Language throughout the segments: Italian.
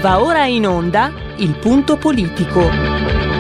Va ora in onda Il Punto Politico.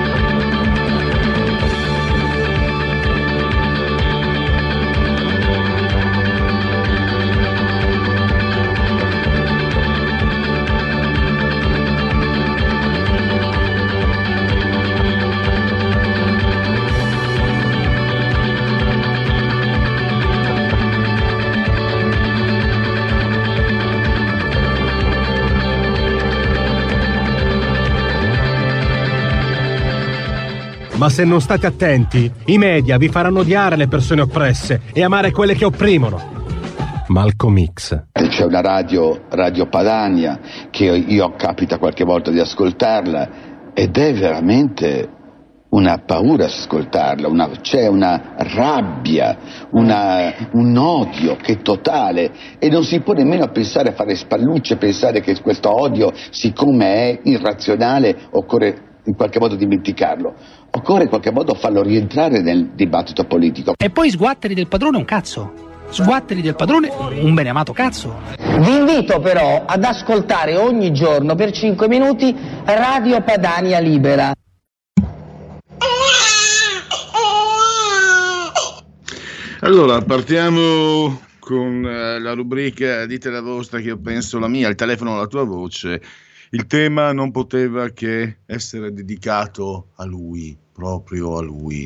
Ma se non state attenti, i media vi faranno odiare le persone oppresse e amare quelle che opprimono. Malcolm X. C'è una Radio Padania, che io capita qualche volta di ascoltarla, ed è veramente una paura ascoltarla, c'è una rabbia, un odio che è totale, e non si può nemmeno pensare a fare spallucce, pensare che questo odio, siccome è irrazionale, occorre in qualche modo dimenticarlo. Occorre in qualche modo farlo rientrare nel dibattito politico. E poi sguatteri del padrone un cazzo. Sguatteri del padrone un beneamato cazzo. Vi invito però ad ascoltare ogni giorno per 5 minuti Radio Padania Libera. Allora, partiamo con la rubrica Dite la vostra che io penso la mia, il telefono alla tua voce. Il tema non poteva che essere dedicato a lui, proprio a lui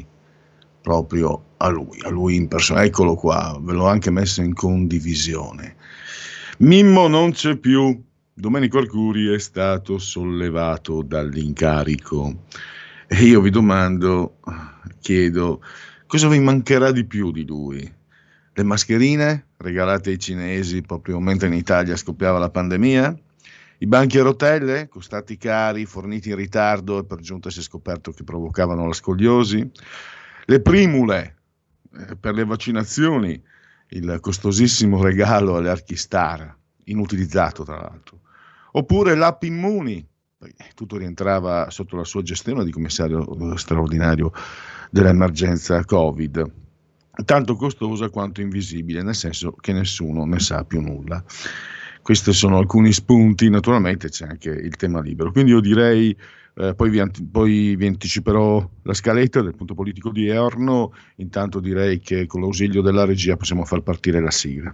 in persona. Eccolo qua, ve l'ho anche messo in condivisione. Mimmo non c'è più. Domenico Arcuri è stato sollevato dall'incarico. E io vi chiedo, cosa vi mancherà di più di lui? Le mascherine regalate ai cinesi proprio mentre in Italia scoppiava la pandemia? I banchi a rotelle, costati cari, forniti in ritardo e per giunta si è scoperto che provocavano la scoliosi? Le primule per le vaccinazioni, il costosissimo regalo alle Archistar, inutilizzato tra l'altro? Oppure l'app Immuni, perché tutto rientrava sotto la sua gestione di commissario straordinario dell'emergenza Covid, tanto costosa quanto invisibile, nel senso che nessuno ne sa più nulla. Questi sono alcuni spunti, naturalmente c'è anche il tema libero. Quindi io direi, poi vi anticiperò la scaletta del punto politico di Erno, intanto direi che con l'ausilio della regia possiamo far partire la sigla.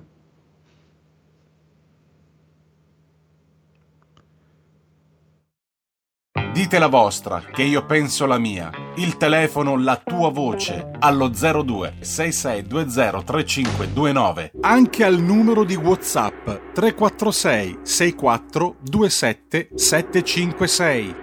Dite la vostra, che io penso la mia. Il telefono, la tua voce, allo 02 6620 3529. Anche al numero di WhatsApp 346 64 27 756.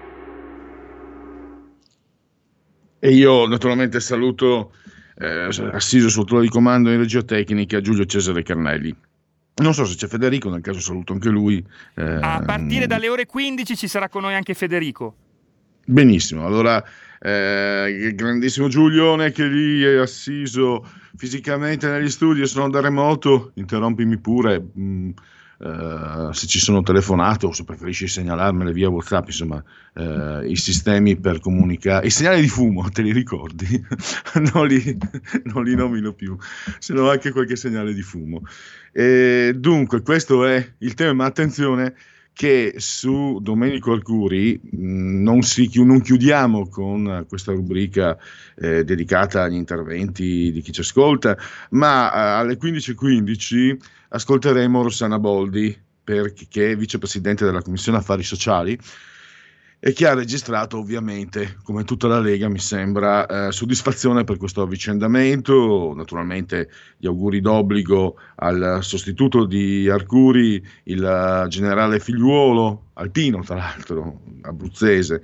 E io naturalmente saluto assiso sul tavolo di comando in regia tecnica Giulio Cesare Carnelli. Non so se c'è Federico, nel caso saluto anche lui. A partire dalle ore 15 ci sarà con noi anche Federico. Benissimo, allora il grandissimo Giulione che lì è assiso fisicamente negli studi e sono da remoto, interrompimi pure se ci sono telefonate o se preferisci segnalarmele via WhatsApp, insomma i sistemi per comunicare, i segnali di fumo, te li ricordi? non li nomino più, se no anche qualche segnale di fumo. Dunque questo è il tema, ma attenzione che su Domenico Arcuri non chiudiamo con questa rubrica dedicata agli interventi di chi ci ascolta, ma alle 15:15 ascolteremo Rossana Boldi, che è vicepresidente della Commissione Affari Sociali e che ha registrato ovviamente, come tutta la Lega, mi sembra, soddisfazione per questo avvicendamento. Naturalmente gli auguri d'obbligo al sostituto di Arcuri, il generale Figliuolo, alpino tra l'altro, abruzzese,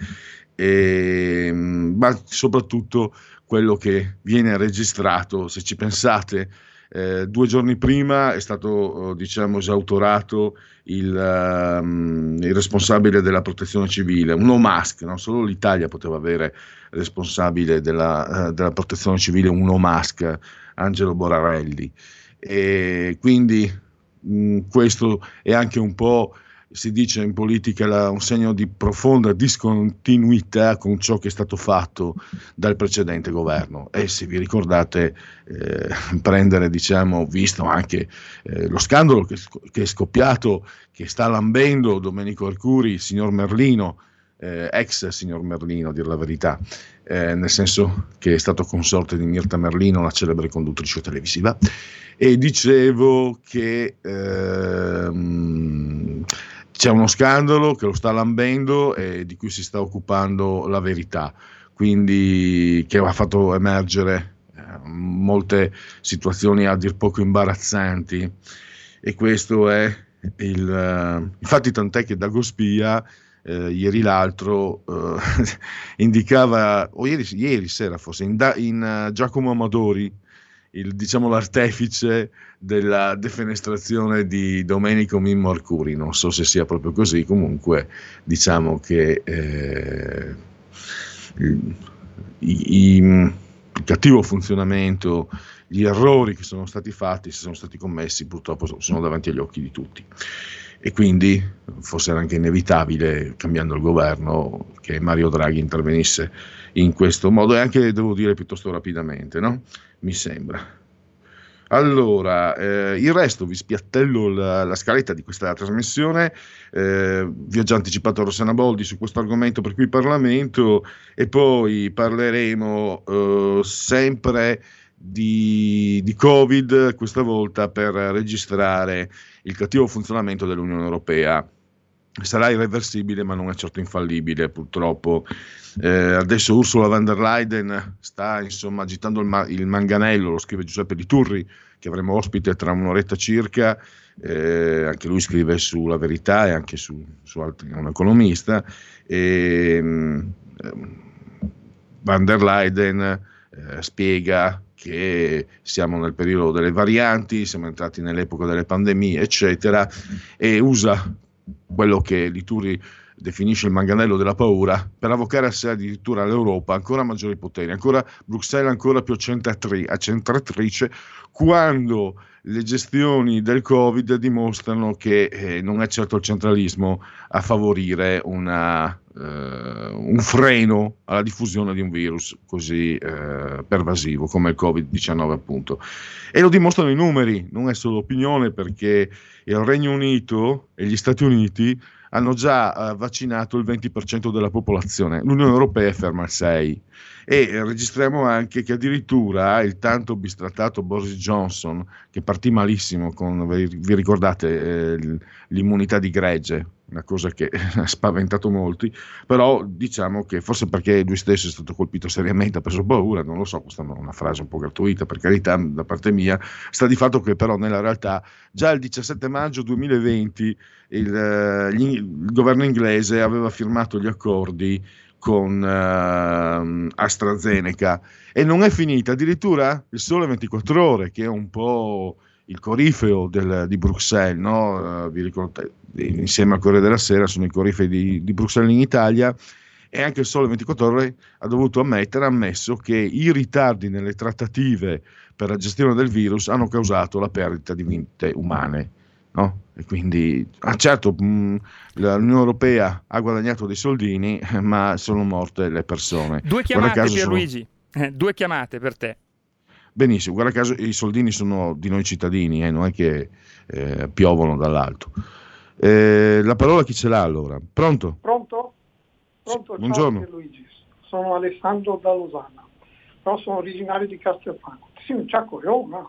ma soprattutto quello che viene registrato, se ci pensate. 2 giorni prima è stato esautorato il responsabile della protezione civile, un no mask, non solo l'Italia poteva avere responsabile della protezione civile un no mask, Angelo Borarelli, e quindi questo è anche un po' si dice in politica un segno di profonda discontinuità con ciò che è stato fatto dal precedente governo. E se vi ricordate, prendere, diciamo, visto anche lo scandalo che è scoppiato, che sta lambendo Domenico Arcuri, il signor Merlino, ex signor Merlino a dir la verità, nel senso che è stato consorte di Mirta Merlino, la celebre conduttrice televisiva, e dicevo che c'è uno scandalo che lo sta lambendo e di cui si sta occupando La Verità, quindi che ha fatto emergere molte situazioni a dir poco imbarazzanti, e questo è infatti, tant'è che Dagospia ieri l'altro indicava, o ieri sera forse, in Giacomo Amadori, diciamo l'artefice della defenestrazione di Domenico Mimmo Arcuri. Non so se sia proprio così, comunque diciamo che il cattivo funzionamento, gli errori che sono stati fatti, se sono stati commessi, purtroppo sono davanti agli occhi di tutti, e quindi forse era anche inevitabile, cambiando il governo, che Mario Draghi intervenisse in questo modo, e anche, devo dire, piuttosto rapidamente, no? Mi sembra. Allora, il resto vi spiattello la scaletta di questa trasmissione. Vi ho già anticipato Rossana Boldi su questo argomento per cui Parlamento, e poi parleremo sempre di Covid, questa volta per registrare il cattivo funzionamento dell'Unione Europea. Sarà irreversibile, ma non è certo infallibile, purtroppo. Adesso Ursula von der Leyen sta, insomma, agitando il manganello, lo scrive Giuseppe Di Turri, che avremo ospite tra un'oretta circa. Anche lui scrive su La Verità e anche su altri, è un economista. Von der Leyen spiega che siamo nel periodo delle varianti, siamo entrati nell'epoca delle pandemie, eccetera, e usa quello che Liturri definisce il manganello della paura per avvocare a sé addirittura l'Europa ancora maggiori poteri, ancora Bruxelles ancora più accentratrice, quando le gestioni del Covid dimostrano che non è certo il centralismo a favorire un freno alla diffusione di un virus così pervasivo come il Covid-19, appunto. E lo dimostrano i numeri, non è solo opinione, perché il Regno Unito e gli Stati Uniti hanno già vaccinato il 20% della popolazione, l'Unione Europea è ferma al 6%, e registriamo anche che addirittura il tanto bistrattato Boris Johnson, che partì malissimo con, vi ricordate, l'immunità di gregge, una cosa che ha spaventato molti, però diciamo che forse perché lui stesso è stato colpito seriamente, ha preso paura, non lo so, questa è una frase un po' gratuita, per carità, da parte mia. Sta di fatto che però nella realtà già il 17 maggio 2020 il governo inglese aveva firmato gli accordi con AstraZeneca, e non è finita. Addirittura il Sole 24 Ore, che è un po' il corifeo di Bruxelles, no? Vi ricordate, insieme al Corriere della Sera sono i corifei di Bruxelles in Italia, e anche il Sole 24 Ore ha ammesso che i ritardi nelle trattative per la gestione del virus hanno causato la perdita di vite umane, no? E quindi, certo, l'Unione Europea ha guadagnato dei soldini, ma sono morte le persone. 2 chiamate, Pierluigi, 2 chiamate per te. Benissimo, guarda caso i soldini sono di noi cittadini, non è che piovono dall'alto. La parola chi ce l'ha allora? Pronto? Pronto? Buongiorno. Ciao Luigi, sono Alessandro da Losanna, però sono originario di Castelfranco. Sì, un ciacco no?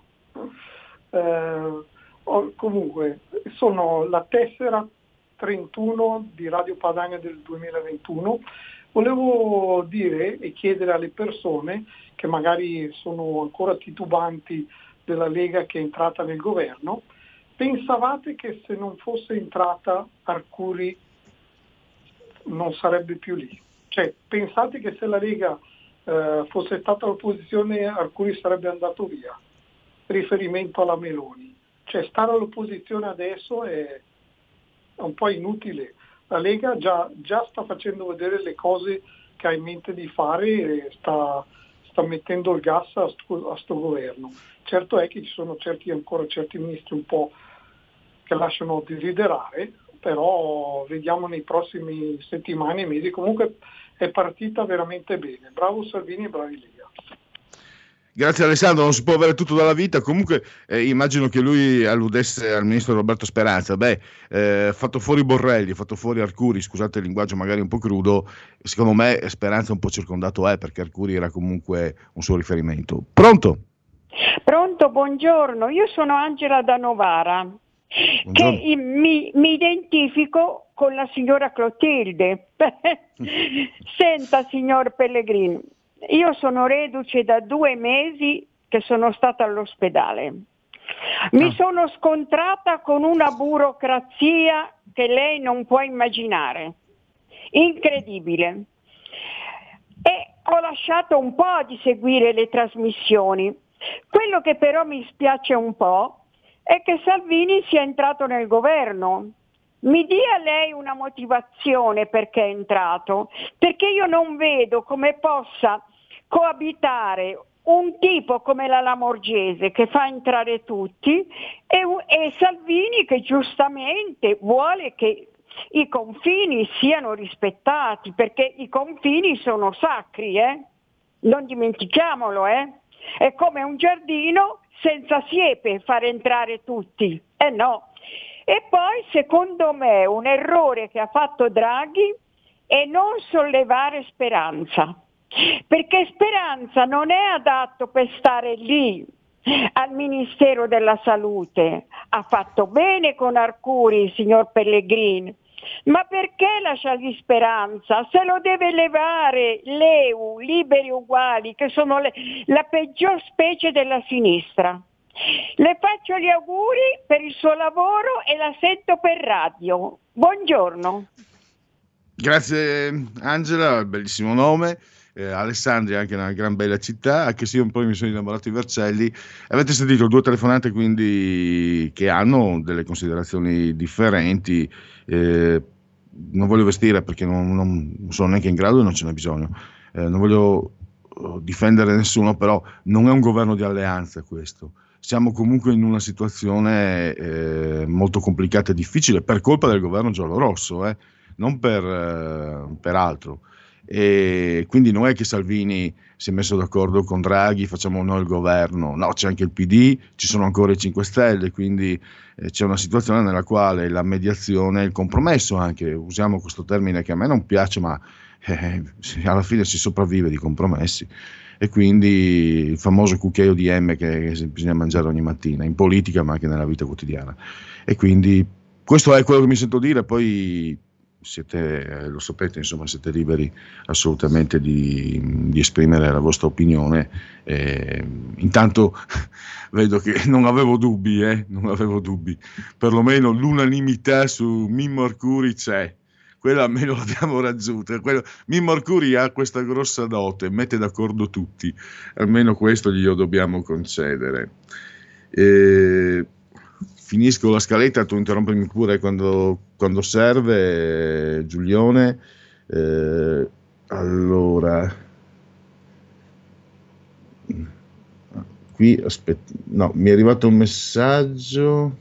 Comunque, sono la tessera 31 di Radio Padania del 2021. Volevo dire e chiedere alle persone che magari sono ancora titubanti della Lega che è entrata nel governo, pensavate che se non fosse entrata Arcuri non sarebbe più lì? Cioè, pensate che se la Lega fosse stata all'opposizione Arcuri sarebbe andato via? Riferimento alla Meloni. Cioè, stare all'opposizione adesso è un po' inutile. La Lega già sta facendo vedere le cose che ha in mente di fare e sta mettendo il gas a sto governo. Certo è che ci sono certi ministri un po' che lasciano desiderare, però vediamo nei prossimi settimane e mesi. Comunque è partita veramente bene. Bravo Salvini e bravi Lega. Grazie Alessandro, non si può avere tutto dalla vita. Comunque immagino che lui alludesse al ministro Roberto Speranza. Fatto fuori Borrelli, fatto fuori Arcuri, scusate il linguaggio magari un po' crudo, secondo me Speranza un po' circondato è, perché Arcuri era comunque un suo riferimento. Pronto? Pronto, buongiorno, io sono Angela da Novara, Buongiorno. che mi identifico con la signora Clotilde. Senta, signor Pellegrini, io sono reduce da 2 mesi che sono stata all'ospedale. Mi sono scontrata con una burocrazia che lei non può immaginare, incredibile. E ho lasciato un po' di seguire le trasmissioni. Quello che però mi spiace un po' è che Salvini sia entrato nel governo. Mi dia lei una motivazione perché è entrato, perché io non vedo come possa coabitare un tipo come la Lamorgese che fa entrare tutti e Salvini che giustamente vuole che i confini siano rispettati, perché i confini sono sacri, non dimentichiamolo, è come un giardino senza siepe far entrare tutti, no. E poi secondo me un errore che ha fatto Draghi è non sollevare Speranza, perché Speranza non è adatto per stare lì al Ministero della Salute. Ha fatto bene con Arcuri, signor Pellegrini, ma perché lasciargli Speranza? Se lo deve levare l'EU, Liberi Uguali, che sono la peggior specie della sinistra. Le faccio gli auguri per il suo lavoro e la sento per radio. Buongiorno. Grazie Angela, bellissimo nome. Alessandria è anche una gran bella città, anche se io poi mi sono innamorato di Vercelli. Avete sentito 2 telefonate quindi che hanno delle considerazioni differenti. Non voglio vestire perché non sono neanche in grado e non ce n'è bisogno. Non voglio difendere nessuno, però non è un governo di alleanza questo. Siamo comunque in una situazione molto complicata e difficile per colpa del governo giallorosso, non per altro. E quindi non è che Salvini si è messo d'accordo con Draghi, facciamo noi il governo, no, c'è anche il PD, ci sono ancora i 5 Stelle, quindi c'è una situazione nella quale la mediazione, il compromesso anche, usiamo questo termine che a me non piace, ma alla fine si sopravvive di compromessi, e quindi il famoso cucchiaio di M che bisogna mangiare ogni mattina, in politica ma anche nella vita quotidiana. E quindi questo è quello che mi sento dire. Poi siete, lo sapete, insomma, siete liberi assolutamente di esprimere la vostra opinione. Intanto vedo che non avevo dubbi, perlomeno l'unanimità su Mimmo Arcuri c'è, quella almeno l'abbiamo raggiunta. Mimmo Arcuri ha questa grossa dote, mette d'accordo tutti, almeno questo glielo dobbiamo concedere. Finisco la scaletta, tu interrompimi pure quando serve, Giulione. Allora, qui no, mi è arrivato un messaggio.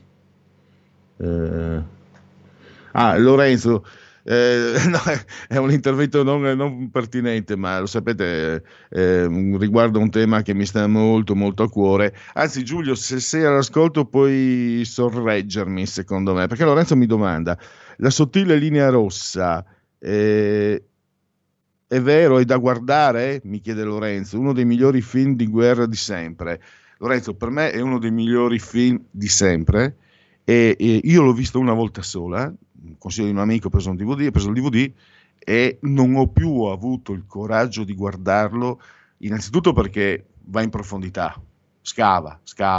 Lorenzo, no, è un intervento non pertinente, ma lo sapete, riguarda un tema che mi sta molto molto a cuore. Anzi, Giulio, se sei all'ascolto puoi sorreggermi, secondo me, perché Lorenzo mi domanda: la sottile linea rossa è vero, è da guardare? Mi chiede Lorenzo. Uno dei migliori film di guerra di sempre. Lorenzo, per me è uno dei migliori film di sempre, e io l'ho visto una volta sola, consiglio di un amico, ho preso il DVD e non ho più avuto il coraggio di guardarlo, innanzitutto perché va in profondità, scava,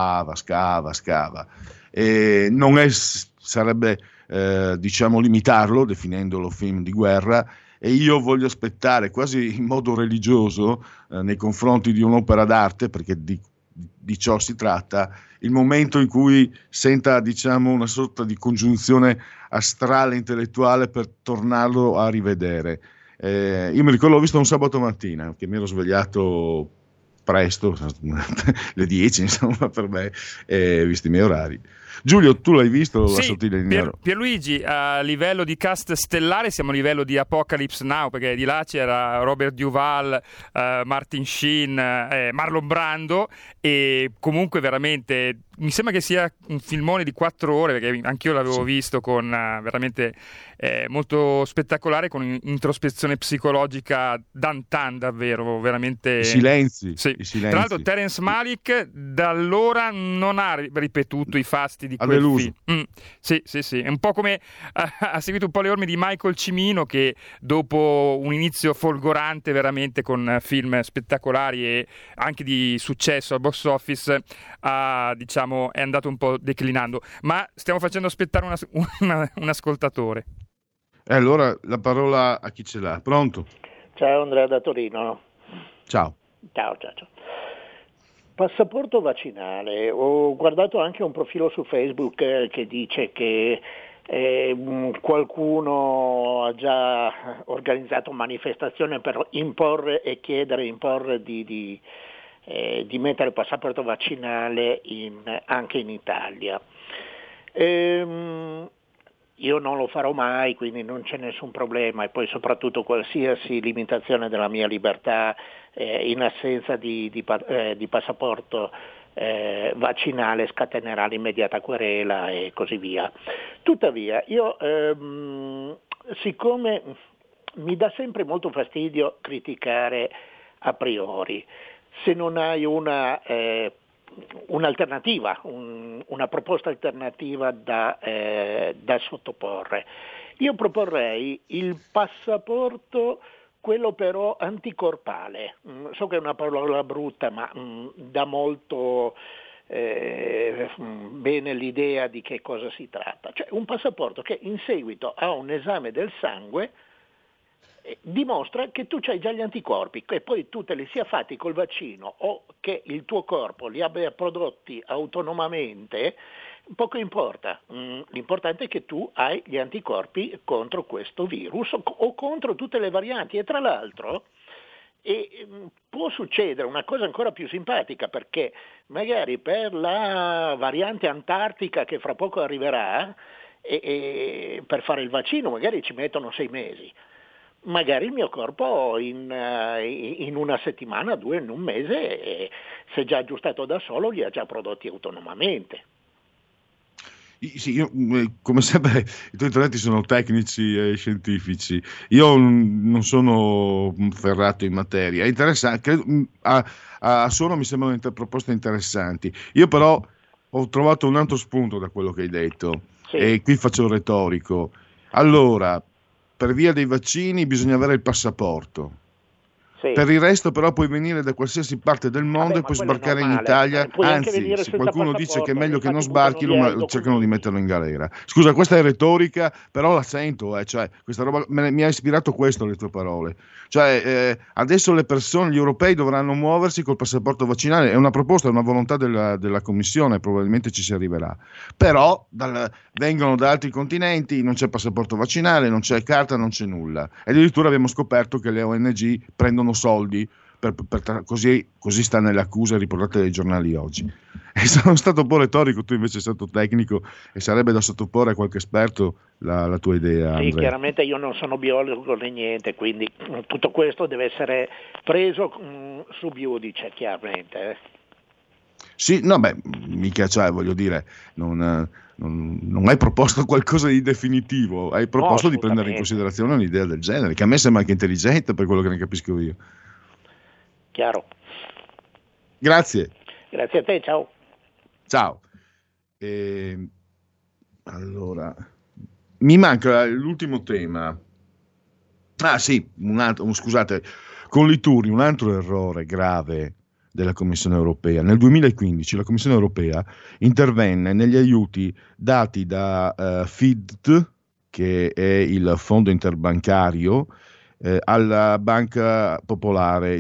e sarebbe diciamo limitarlo definendolo film di guerra, e io voglio aspettare quasi in modo religioso nei confronti di un'opera d'arte, perché di ciò si tratta, il momento in cui senta, diciamo, una sorta di congiunzione astrale intellettuale per tornarlo a rivedere. Io mi ricordo, l'ho visto un sabato mattina, che mi ero svegliato presto, le 10 insomma per me, visti i miei orari, Giulio, tu l'hai visto La Sì, sottile linea? Pierluigi, a livello di cast stellare siamo a livello di Apocalypse Now, perché di là c'era Robert Duvall, Martin Sheen, Marlon Brando, e comunque veramente mi sembra che sia un filmone di 4 ore, perché anch'io l'avevo visto, con veramente molto spettacolare, con introspezione psicologica d'antan, davvero, veramente. I silenzi. Tra l'altro Terence Malick da allora non ha ripetuto i fasti di quel deluso. film. Sì, è un po' come ha seguito un po' le orme di Michael Cimino, che dopo un inizio folgorante veramente con film spettacolari e anche di successo al box office è andato un po' declinando. Ma stiamo facendo aspettare un ascoltatore. Allora la parola a chi ce l'ha. Pronto? Ciao, Andrea da Torino. Ciao. Ciao. Passaporto vaccinale. Ho guardato anche un profilo su Facebook che dice che qualcuno ha già organizzato manifestazioni per imporre di mettere il passaporto vaccinale anche in Italia. Io non lo farò mai, quindi non c'è nessun problema, e poi soprattutto qualsiasi limitazione della mia libertà in assenza di passaporto vaccinale scatenerà l'immediata querela e così via. Tuttavia, io siccome mi dà sempre molto fastidio criticare a priori, se non hai un'alternativa, una proposta alternativa da sottoporre. Io proporrei il passaporto, quello però anticorpale. So che è una parola brutta, ma dà molto bene l'idea di che cosa si tratta. Cioè un passaporto che in seguito a un esame del sangue dimostra che tu hai già gli anticorpi, che poi tu te li sia fatti col vaccino o che il tuo corpo li abbia prodotti autonomamente, poco importa. L'importante è che tu hai gli anticorpi contro questo virus o contro tutte le varianti. E tra l'altro può succedere una cosa ancora più simpatica, perché magari per la variante antartica che fra poco arriverà, e per fare il vaccino magari ci mettono 6 mesi. Magari il mio corpo in una settimana, 2, in un mese, se già aggiustato da solo, li ha già prodotti autonomamente. Sì, io, come sempre i tuoi interventi sono tecnici e scientifici. Io non sono ferrato in materia. È interessante, a suono mi sembrano proposte interessanti. Io però ho trovato un altro spunto da quello che hai detto, e qui faccio il retorico. Allora, per via dei vaccini bisogna avere il passaporto. Per il resto però puoi venire da qualsiasi parte del mondo e puoi sbarcare in Italia. Anzi, se qualcuno dice che è meglio che non sbarchi, cercano di metterlo in galera. Scusa, questa è retorica, però la sento, cioè, questa roba mi ha ispirato questo, le tue parole. Cioè, adesso le persone, gli europei dovranno muoversi col passaporto vaccinale. È una proposta, è una volontà della Commissione, probabilmente ci si arriverà. Però vengono da altri continenti, non c'è passaporto vaccinale, non c'è carta, non c'è nulla. E addirittura abbiamo scoperto che le ONG prendono soldi così sta nelle accuse riportate dai giornali oggi. E sono stato un po' retorico, tu invece sei stato tecnico e sarebbe da sottoporre a qualche esperto la tua idea, Andrea. Sì, chiaramente io non sono biologo né niente, quindi tutto questo deve essere preso su giudice, chiaramente. Sì, no, beh, mica, cioè, voglio dire, non hai proposto qualcosa di definitivo, hai proposto di prendere in considerazione un'idea del genere, che a me sembra anche intelligente, per quello che ne capisco io. Chiaro. Grazie. Grazie a te, ciao. Ciao. Allora, mi manca l'ultimo tema. Ah sì, scusate, con l'Ituri un altro errore grave della Commissione europea. Nel 2015 la Commissione europea intervenne negli aiuti dati da FID, che è il fondo interbancario, alla Banca Popolare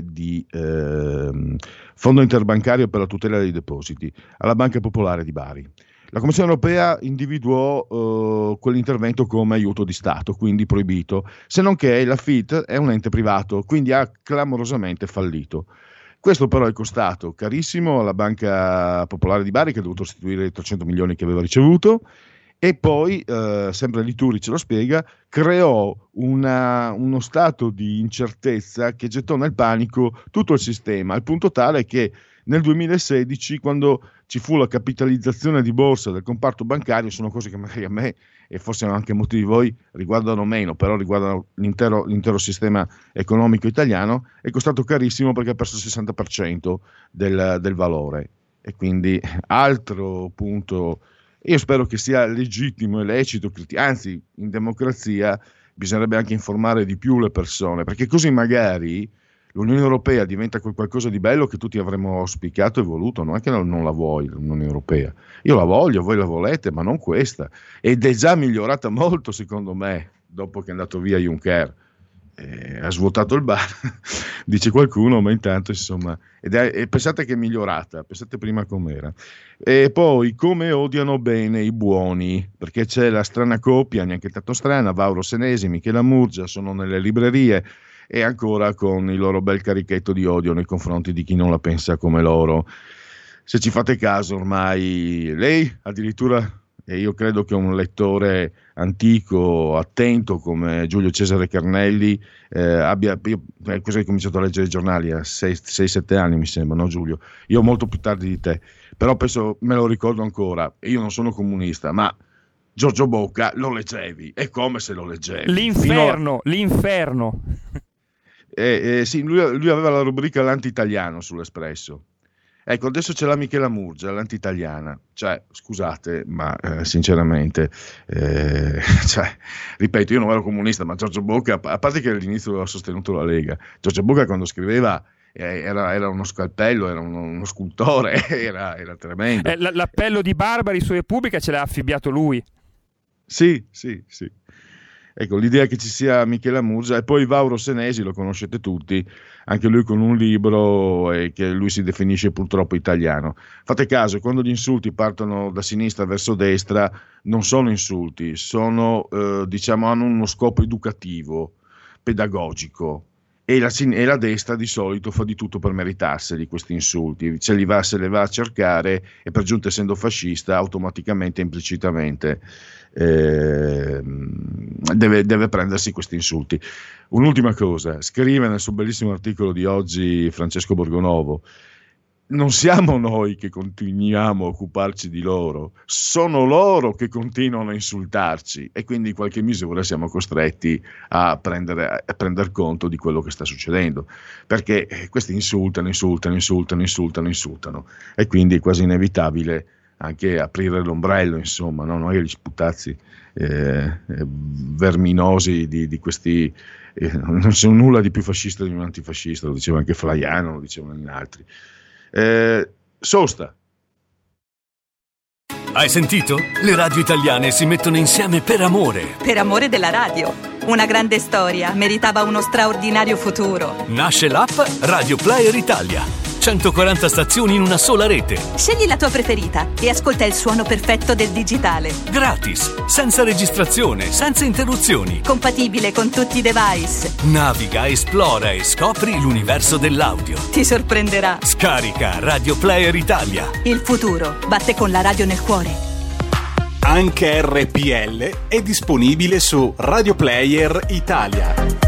Fondo interbancario per la tutela dei depositi, alla Banca Popolare di Bari. La Commissione europea individuò quell'intervento come aiuto di Stato, quindi proibito, se non che la FID è un ente privato, quindi ha clamorosamente fallito. Questo però è costato carissimo alla Banca Popolare di Bari, che ha dovuto restituire i 300 milioni che aveva ricevuto, e poi, sempre Lituri ce lo spiega, creò uno stato di incertezza che gettò nel panico tutto il sistema, al punto tale che nel 2016, quando ci fu la capitalizzazione di borsa del comparto bancario, sono cose che magari a me, e forse anche molti di voi, riguardano meno, però riguardano l'intero sistema economico italiano, è costato carissimo perché ha perso il 60% del valore. E quindi altro punto. Io spero che sia legittimo e lecito, anzi, in democrazia bisognerebbe anche informare di più le persone, perché così magari l'Unione Europea diventa qualcosa di bello che tutti avremmo auspicato e voluto. Non è che non la vuoi l'Unione Europea, io la voglio, voi la volete, ma non questa, ed è già migliorata molto secondo me dopo che è andato via Juncker. Ha svuotato il bar, dice qualcuno, ma intanto insomma, e pensate che è migliorata, pensate prima com'era. E poi come odiano bene i buoni, perché c'è la strana coppia, neanche tanto strana, Vauro Senesi, Michela Murgia, sono nelle librerie e ancora con il loro bel carichetto di odio nei confronti di chi non la pensa come loro. Se ci fate caso, ormai lei addirittura, e io credo che un lettore antico, attento come Giulio Cesare Carnelli cosa hai cominciato a leggere i giornali? A 6-7 anni mi sembra, no Giulio? Io molto più tardi di te, però penso, me lo ricordo ancora, e io non sono comunista, ma Giorgio Bocca lo leggevi, è come se lo leggevi. L'inferno. Sì, lui aveva la rubrica l'anti-italiano sull'Espresso. Ecco, adesso c'è la Michela Murgia, l'anti-italiana. Cioè, scusate, ma sinceramente, ripeto, io non ero comunista, ma Giorgio Bocca, a parte che all'inizio aveva sostenuto la Lega, Giorgio Bocca quando scriveva era uno scalpello, era uno scultore, era tremendo. L'appello di Barbari su Repubblica ce l'ha affibbiato lui. Sì. Ecco, l'idea che ci sia Michela Murgia, e poi Vauro Senesi, lo conoscete tutti, anche lui con un libro e che lui si definisce purtroppo italiano. Fate caso, quando gli insulti partono da sinistra verso destra, non sono insulti, sono, hanno uno scopo educativo, pedagogico, e la destra di solito fa di tutto per meritarseli questi insulti, se li va a cercare, e per giunta essendo fascista automaticamente, implicitamente deve prendersi questi insulti. Un'ultima cosa, scrive nel suo bellissimo articolo di oggi Francesco Borgonovo: non siamo noi che continuiamo a occuparci di loro, sono loro che continuano a insultarci, e quindi in qualche misura siamo costretti a prendere conto di quello che sta succedendo, perché questi insultano, e quindi è quasi inevitabile anche aprire l'ombrello, insomma, no? Noi gli sputazzi verminosi di questi, non c'è nulla di più fascista di un antifascista, lo diceva anche Flaiano, lo dicevano in altri. Sosta. Hai sentito? Le radio italiane si mettono insieme per amore. Per amore della radio. Una grande storia meritava uno straordinario futuro. Nasce l'app Radio Player Italia. 140 stazioni in una sola rete. Scegli la tua preferita e ascolta il suono perfetto del digitale. Gratis, senza registrazione, senza interruzioni. Compatibile con tutti i device. Naviga, esplora e scopri l'universo dell'audio. Ti sorprenderà. Scarica Radio Player Italia. Il futuro batte con la radio nel cuore. Anche RPL è disponibile su Radio Player Italia.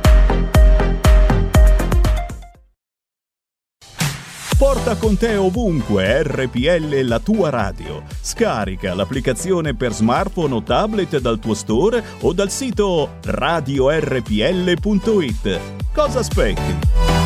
Porta con te ovunque RPL, la tua radio. Scarica l'applicazione per smartphone o tablet dal tuo store o dal sito radiorpl.it. Cosa aspetti?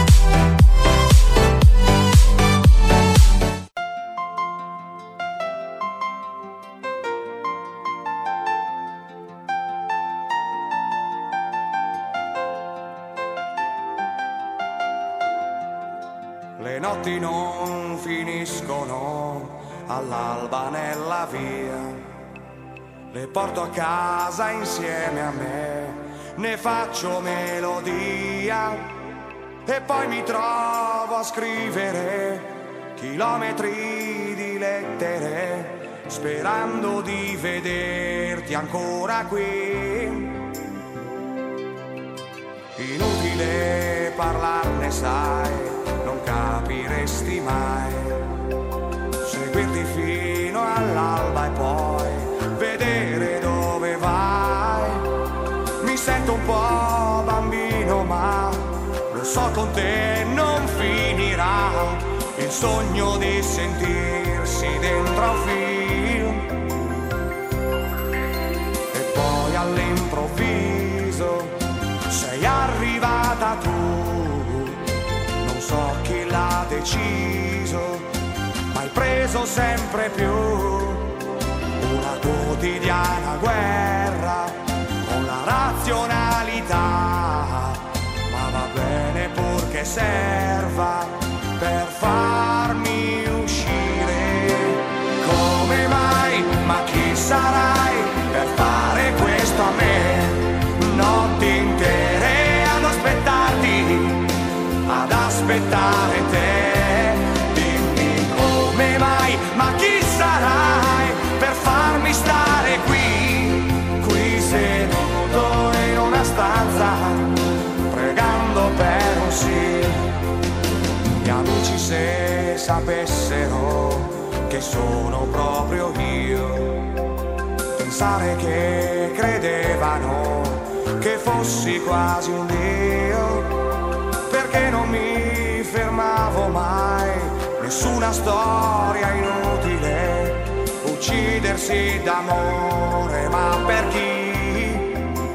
Le notti non finiscono all'alba nella via, le porto a casa insieme a me, ne faccio melodia e poi mi trovo a scrivere chilometri di lettere sperando di vederti ancora qui. Inutile parlarne, sai, non capiresti mai. Seguirti fino all'alba e poi vedere dove vai. Mi sento un po' bambino, ma lo so con te non finirà. Il sogno di sentirsi dentro a un film e poi all'improvviso sei arrivata tu. Non so chi l'ha deciso, ma hai preso sempre più una quotidiana guerra con la razionalità. Ma va bene purché serva per farmi uscire. Come mai? Ma chi sarai per fare questo a me? Notti intere ad aspettarti, ad aspettare te. Dimmi come mai? Ma chi sarai per farmi stare qui seduto in una stanza, pregando per un sì. Gli amici se sapessero che sono proprio io, pensare che credevano che fossi quasi un dio, perché non mi fermavo mai, nessuna storia inutile, uccidersi d'amore, ma per chi?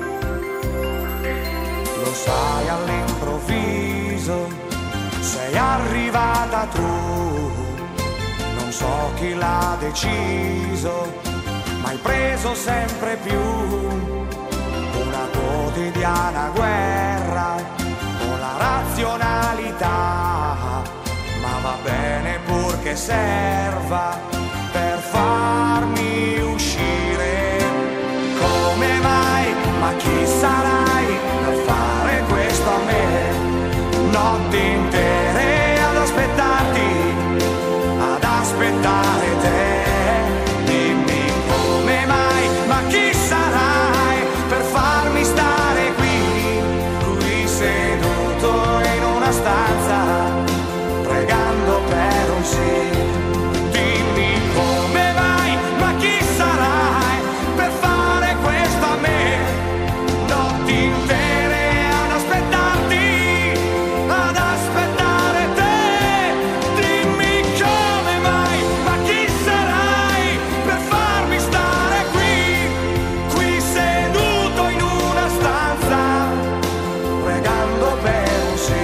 Lo sai, all'improvviso sei arrivata tu, non so chi l'ha deciso, ma hai preso sempre più una quotidiana guerra con la razionalità. Ma va bene purché serva per farmi uscire. Come mai? Ma chi sarai per fare questo a me? Notti intere ad aspettarti, ad aspettare te. Dimmi come mai, ma chi sarai per farmi stare qui seduto in una stanza, pregando per un sì. Dimmi come mai, ma chi sarai per fare questo a me? Notti intere ad aspettarti, ad aspettare te. Dimmi come mai, ma chi sarai per farmi stare qui seduto in una stanza, pregando per un sì.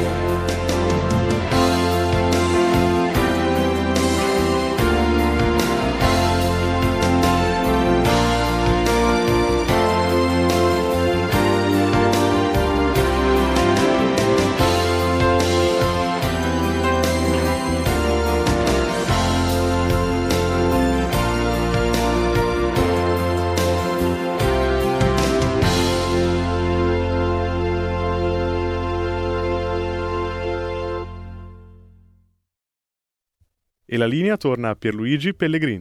E la linea torna a Pierluigi Pellegrin.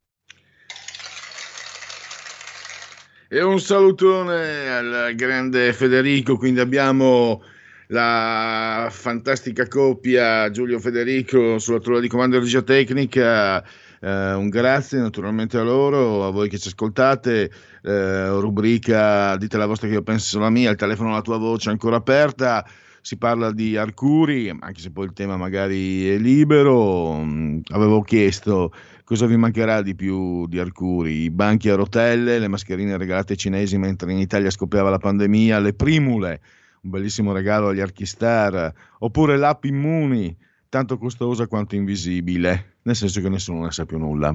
E un salutone al grande Federico. Quindi abbiamo la fantastica coppia Giulio Federico sulla tolla di comando di regia tecnica. Un grazie naturalmente a loro, a voi che ci ascoltate. Rubrica dite la vostra che io penso la mia, il telefono alla tua voce è ancora aperta. Si parla di Arcuri, anche se poi il tema magari è libero. Avevo chiesto cosa vi mancherà di più di Arcuri: i banchi a rotelle, le mascherine regalate ai cinesi mentre in Italia scoppiava la pandemia, le primule, un bellissimo regalo agli Archistar, oppure l'app Immuni, tanto costosa quanto invisibile, nel senso che nessuno ne sa più nulla.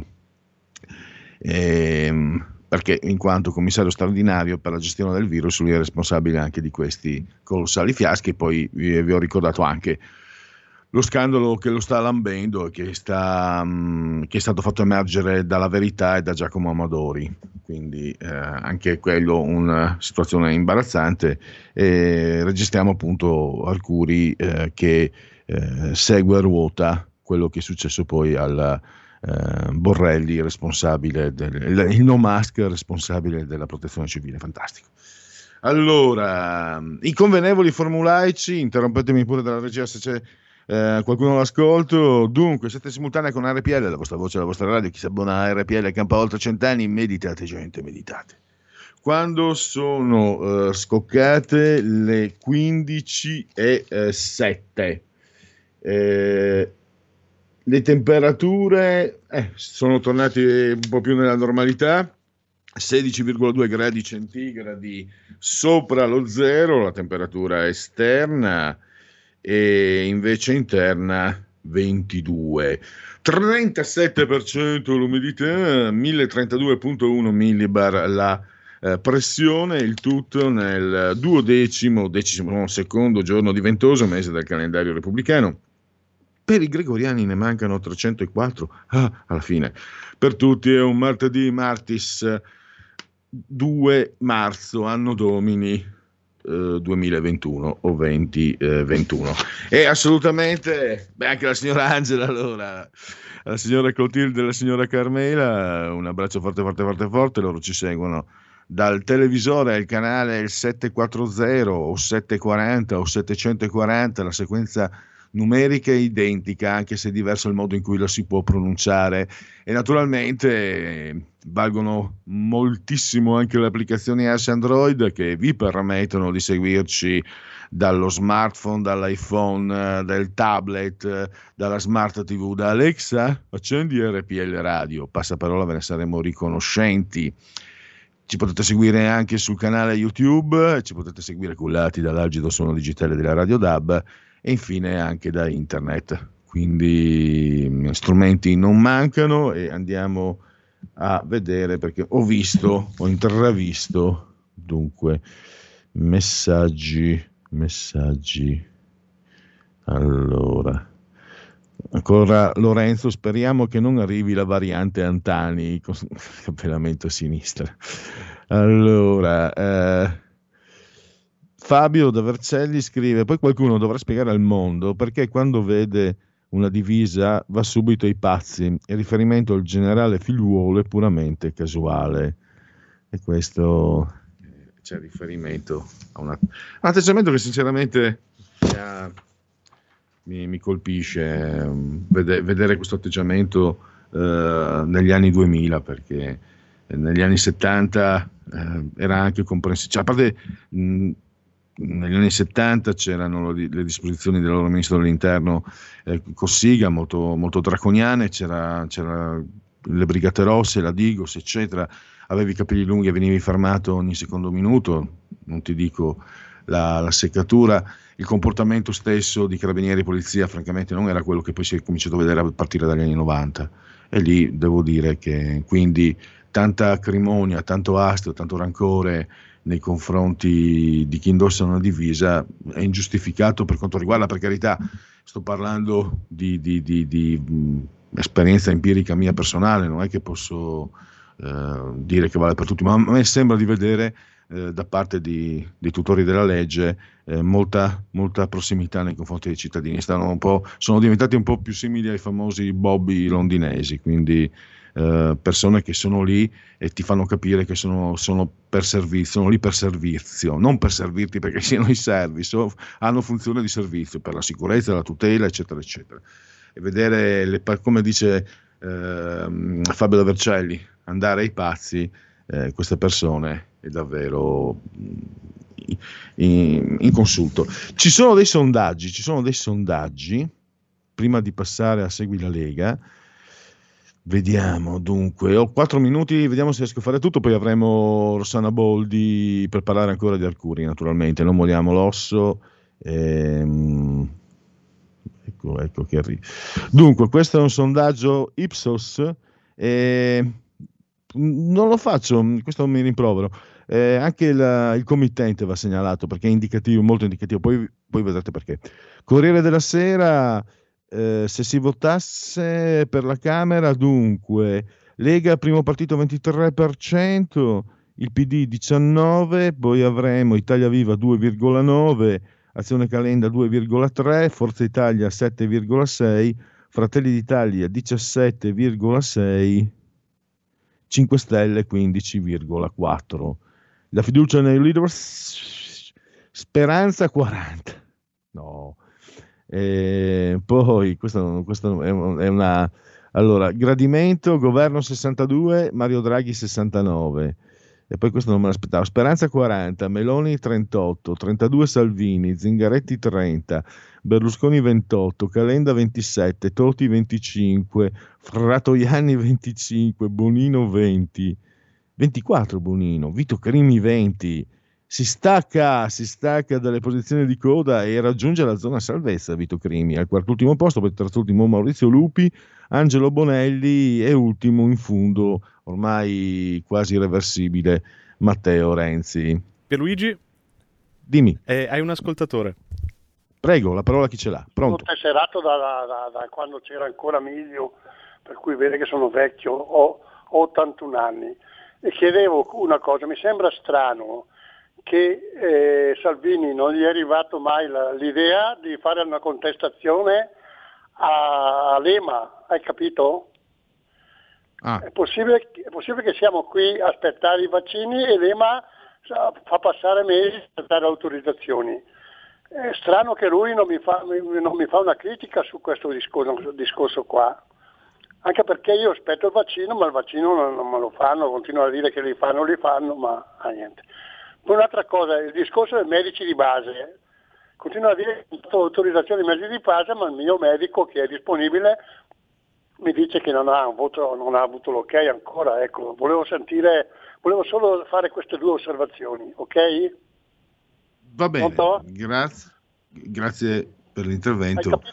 Perché in quanto commissario straordinario per la gestione del virus lui è responsabile anche di questi colossali fiaschi. E poi vi ho ricordato anche lo scandalo che lo sta lambendo e che è stato fatto emergere dalla Verità e da Giacomo Amadori, quindi anche quello una situazione imbarazzante. Registriamo appunto Arcuri che segue a ruota quello che è successo poi al Borrelli, responsabile il no mask, responsabile della protezione civile. Fantastico. Allora, i convenevoli formulaici, interrompetemi pure dalla regia se c'è qualcuno all'ascolto. Dunque, siete simultanea con RPL, la vostra voce, la vostra radio. Chi si abbona a RPL campa oltre 100 anni. Meditate, gente, meditate. Quando sono scoccate le 15:07, le temperature sono tornate un po' più nella normalità, 16,2 gradi centigradi sopra lo zero la temperatura esterna, e invece interna 22, 37% l'umidità, 1032,1 millibar la pressione, il tutto nel decimo secondo giorno di ventoso mese del calendario repubblicano. Per i gregoriani ne mancano 304 alla fine. Per tutti è un martis 2 marzo, anno domini 2021 o 2021. E assolutamente, anche la signora Angela, allora, la signora Clotilde e la signora Carmela, un abbraccio forte, loro ci seguono dal televisore, il canale il 740 o 740 o 740, la sequenza numerica è identica, anche se è diverso il modo in cui la si può pronunciare, e naturalmente valgono moltissimo anche le applicazioni iOS Android, che vi permettono di seguirci dallo smartphone, dall'iPhone, dal tablet, dalla smart TV, da Alexa, accendi RPL Radio, passaparola, ve ne saremo riconoscenti. Ci potete seguire anche sul canale YouTube, ci potete seguire cullati dall'algido suono digitale della Radio DAB, e infine anche da internet. Quindi strumenti non mancano, e andiamo a vedere, perché ho intravisto, dunque, messaggi. Allora, ancora Lorenzo, speriamo che non arrivi la variante Antani con cappellamento a sinistra. Allora, Fabio da Vercelli scrive: poi qualcuno dovrà spiegare al mondo perché quando vede una divisa va subito ai pazzi, il riferimento al generale Figliuolo è puramente casuale. E questo c'è riferimento a un atteggiamento che sinceramente mi colpisce, vedere questo atteggiamento negli anni 2000, perché negli anni 70 era anche comprensibile, cioè, a parte negli anni 70 c'erano le disposizioni del loro ministro dell'interno Cossiga molto, molto draconiane, c'era le Brigate Rosse, la Digos, eccetera. Avevi i capelli lunghi e venivi fermato ogni secondo minuto, non ti dico la seccatura. Il comportamento stesso di carabinieri e polizia francamente non era quello che poi si è cominciato a vedere a partire dagli anni 90, e lì devo dire che quindi tanta acrimonia, tanto astio, tanto rancore nei confronti di chi indossa una divisa è ingiustificato, per quanto riguarda, per carità, sto parlando di esperienza empirica mia personale, non è che posso dire che vale per tutti, ma a me sembra di vedere da parte dei tutori della legge molta prossimità nei confronti dei cittadini. Sono diventati un po' più simili ai famosi Bobby londinesi, quindi persone che sono lì e ti fanno capire che sono per servizio, sono lì per servizio, non per servirti perché siano i service, hanno funzione di servizio per la sicurezza, la tutela, eccetera eccetera. E vedere come dice Fabio da Vercelli, andare ai pazzi, queste persone è davvero inconsulto. Ci sono dei sondaggi prima di passare a Segui la Lega. Vediamo, dunque, ho 4 minuti, vediamo se riesco a fare tutto, poi avremo Rossana Boldi per parlare ancora di Arcuri, naturalmente, non molliamo l'osso. Ecco che arriva. Dunque, questo è un sondaggio Ipsos, non lo faccio, questo mi rimprovero, anche il committente va segnalato perché è indicativo, molto indicativo, poi vedrete perché. Corriere della Sera, se si votasse per la Camera, dunque Lega primo partito 23%, il PD 19%, poi avremo Italia Viva 2,9%, Azione Calenda 2,3%, Forza Italia 7,6%, Fratelli d'Italia 17,6%, 5 Stelle 15,4%. La fiducia nei leader, Speranza 40%. No. Poi questo è una... Allora, gradimento, governo 62, Mario Draghi 69. E poi questo non me l'aspettavo. Speranza 40, Meloni 38, 32 Salvini, Zingaretti 30, Berlusconi 28, Calenda 27, Toti 25, Fratoianni 25, Bonino 20, 24 Bonino, Vito Crimi 20. Si stacca dalle posizioni di coda e raggiunge la zona salvezza Vito Crimi, al quart'ultimo posto, poi terzultimo Maurizio Lupi, Angelo Bonelli e ultimo in fondo, ormai quasi irreversibile, Matteo Renzi. Pierluigi? Dimmi. Hai un ascoltatore. Prego, la parola a chi ce l'ha. Pronto? Sono tesserato da quando c'era ancora Miglio, per cui vede che sono vecchio, ho 81 anni, e chiedevo una cosa, mi sembra strano che Salvini non gli è arrivato mai l'idea di fare una contestazione all'EMA, hai capito? È possibile che siamo qui a aspettare i vaccini e l'EMA fa passare mesi per dare autorizzazioni. È strano che lui non mi fa una critica su questo discorso qua, anche perché io aspetto il vaccino, ma il vaccino non me lo fanno, continuano a dire che li fanno, ma niente. Poi un'altra cosa, il discorso dei medici di base, continuano a dire che ho dato autorizzazione ai medici di base, ma il mio medico che è disponibile mi dice che non ha avuto l'ok ancora, ecco, volevo solo fare queste due osservazioni, ok? Va bene, grazie per l'intervento.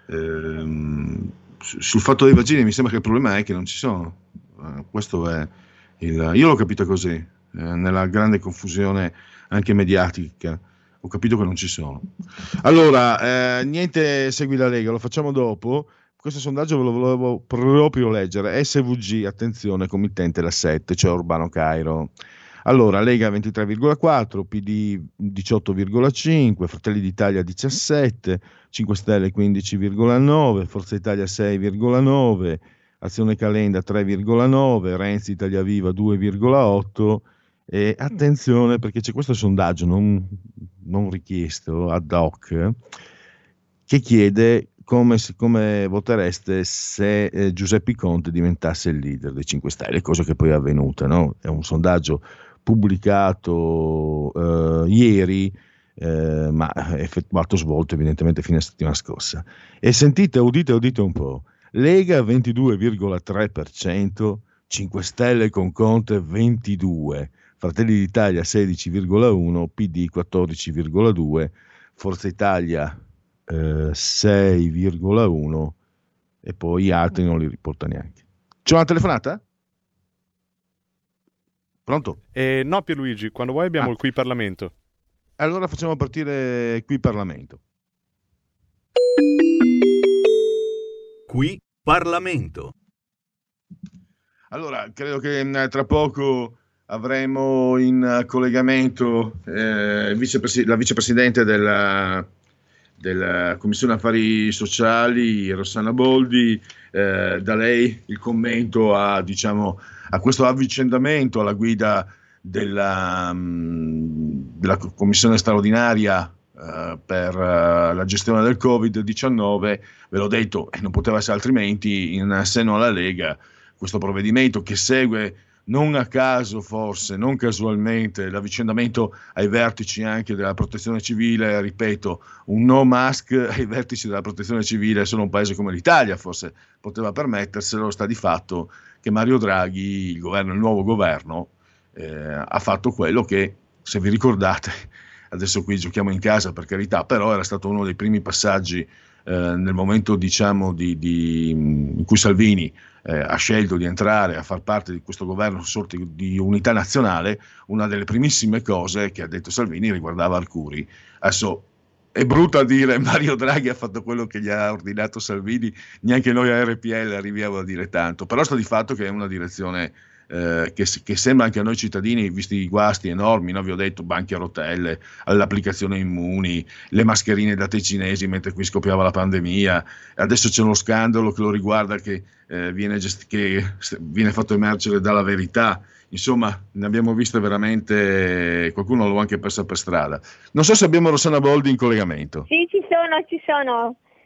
Sul fatto dei vaccini mi sembra che il problema è che non ci sono, questo è io l'ho capito così, nella grande confusione anche mediatica, ho capito che non ci sono. Allora, niente, segui la Lega, lo facciamo dopo. Questo sondaggio ve lo volevo proprio leggere. SVG, attenzione, committente la 7, cioè Urbano Cairo. Allora, Lega 23,4, PD 18,5, Fratelli d'Italia 17, 5 Stelle 15,9, Forza Italia 6,9, Azione Calenda 3,9, Renzi Italia Viva 2,8. E attenzione, perché c'è questo sondaggio non richiesto ad hoc che chiede come votereste se Giuseppe Conte diventasse il leader dei 5 Stelle, cosa che poi è avvenuta, no? È un sondaggio pubblicato ieri, ma svolto evidentemente fine settimana scorsa. E sentite, udite un po', Lega 22,3%, 5 Stelle con Conte 22%, Fratelli d'Italia 16,1%, PD 14,2%, Forza Italia 6,1% e poi altri non li riporta neanche. C'è una telefonata? Pronto? No, Pierluigi, quando vuoi abbiamo il Qui Parlamento. Allora facciamo partire Qui Parlamento. Qui Parlamento. Allora, credo che tra poco avremo in collegamento la vicepresidente della Commissione Affari Sociali, Rossana Boldi. Da lei il commento a questo avvicendamento alla guida della Commissione straordinaria per la gestione del Covid-19. Ve l'ho detto, e non poteva essere altrimenti, in seno alla Lega questo provvedimento che segue non a caso, forse, non casualmente, l'avvicendamento ai vertici anche della protezione civile. Ripeto, un no mask ai vertici della protezione civile, solo un paese come l'Italia forse poteva permetterselo. Sta di fatto che Mario Draghi, il nuovo governo, ha fatto quello che, se vi ricordate, adesso qui giochiamo in casa per carità, però era stato uno dei primi passaggi nel momento in cui Salvini ha scelto di entrare a far parte di questo governo sorta di unità nazionale. Una delle primissime cose che ha detto Salvini riguardava Arcuri. Adesso è brutto a dire, Mario Draghi ha fatto quello che gli ha ordinato Salvini, neanche noi a RPL arriviamo a dire tanto, però sta di fatto che è una direzione che sembra anche a noi cittadini, visti i guasti enormi, no? Vi ho detto, banchi a rotelle, all'applicazione Immuni, le mascherine date ai cinesi mentre qui scoppiava la pandemia, adesso c'è uno scandalo che lo riguarda che viene fatto emergere dalla Verità. Insomma, ne abbiamo viste veramente, qualcuno l'ho anche persa per strada. Non so se abbiamo Rossana Boldi in collegamento. Sì, ci sono.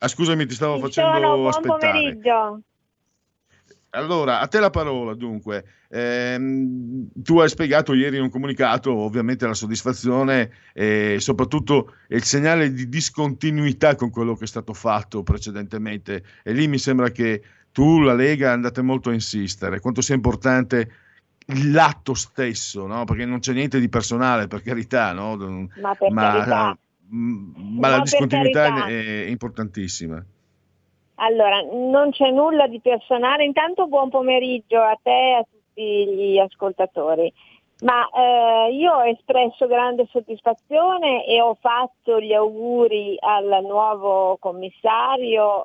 Scusami, ti stavo Ci facendo sono, buon aspettare. pomeriggio. Allora, a te la parola, dunque. Tu hai spiegato ieri in un comunicato ovviamente la soddisfazione e soprattutto il segnale di discontinuità con quello che è stato fatto precedentemente, e lì mi sembra che tu, la Lega, andate molto a insistere quanto sia importante l'atto stesso, no? Perché non c'è niente di personale, per carità, no? Ma per carità. Ma la per discontinuità carità. è importantissima. Allora, non c'è nulla di personale. Intanto buon pomeriggio a te e a tutti gli ascoltatori. Ma io ho espresso grande soddisfazione e ho fatto gli auguri al nuovo commissario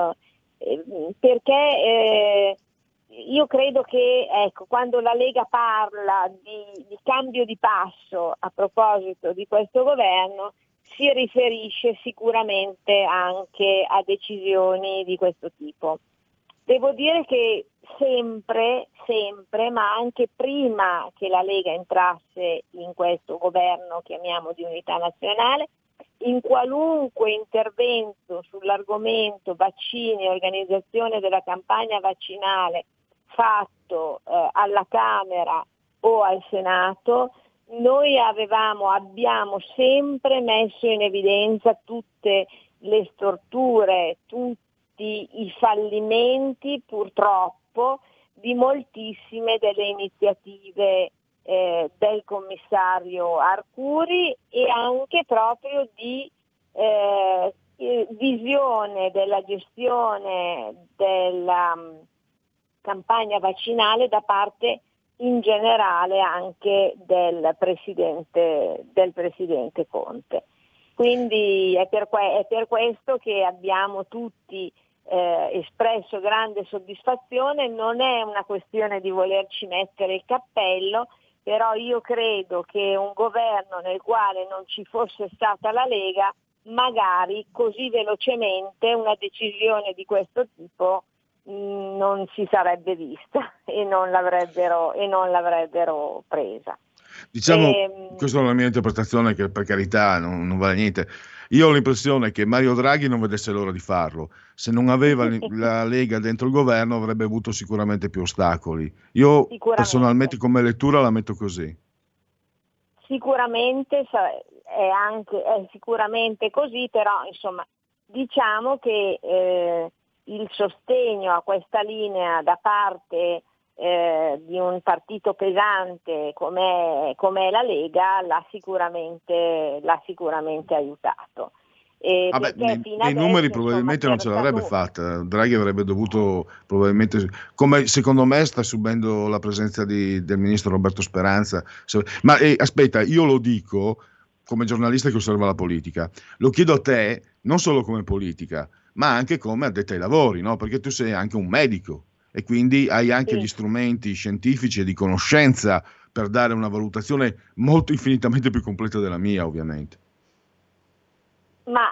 perché io credo che, ecco, quando la Lega parla di cambio di passo a proposito di questo governo, si riferisce sicuramente anche a decisioni di questo tipo. Devo dire che sempre, ma anche prima che la Lega entrasse in questo governo, chiamiamo di unità nazionale, in qualunque intervento sull'argomento vaccini e organizzazione della campagna vaccinale fatto alla Camera o al Senato, noi abbiamo sempre messo in evidenza tutte le storture, tutti i fallimenti purtroppo di moltissime delle iniziative del commissario Arcuri e anche proprio di visione della gestione della campagna vaccinale da parte in generale anche del presidente Conte. Quindi è per questo che abbiamo tutti espresso grande soddisfazione. Non è una questione di volerci mettere il cappello, però io credo che un governo nel quale non ci fosse stata la Lega, magari così velocemente una decisione di questo tipo non si sarebbe vista e non l'avrebbero presa. Diciamo, questa è la mia interpretazione, che per carità non vale niente. Io ho l'impressione che Mario Draghi non vedesse l'ora di farlo. Se non aveva la Lega dentro il governo avrebbe avuto sicuramente più ostacoli. Io personalmente come lettura la metto così. Sicuramente è sicuramente così, però insomma diciamo che il sostegno a questa linea da parte di un partito pesante come la Lega l'ha sicuramente aiutato. Nei numeri probabilmente non ce l'avrebbe fatta. Draghi avrebbe dovuto probabilmente, come secondo me sta subendo la presenza del ministro Roberto Speranza. Ma aspetta, io lo dico come giornalista che osserva la politica, lo chiedo a te non solo come politica ma anche come addetta ai lavori, no? Perché tu sei anche un medico e quindi hai anche gli strumenti scientifici e di conoscenza per dare una valutazione molto infinitamente più completa della mia, ovviamente. Ma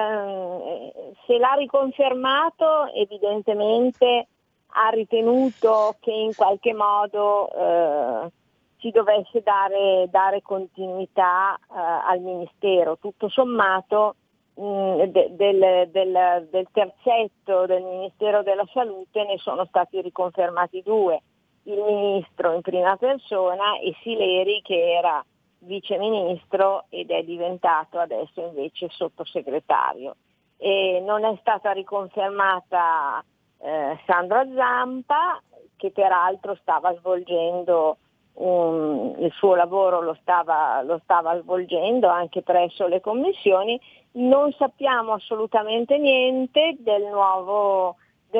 se l'ha riconfermato, evidentemente ha ritenuto che in qualche modo si dovesse dare continuità al Ministero. Tutto sommato del terzetto del Ministero della Salute ne sono stati riconfermati 2, il Ministro in prima persona e Sileri, che era vice ministro ed è diventato adesso invece sottosegretario, e non è stata riconfermata Sandra Zampa, che peraltro stava svolgendo il suo lavoro, lo stava svolgendo anche presso le commissioni. Non sappiamo assolutamente niente del nuovo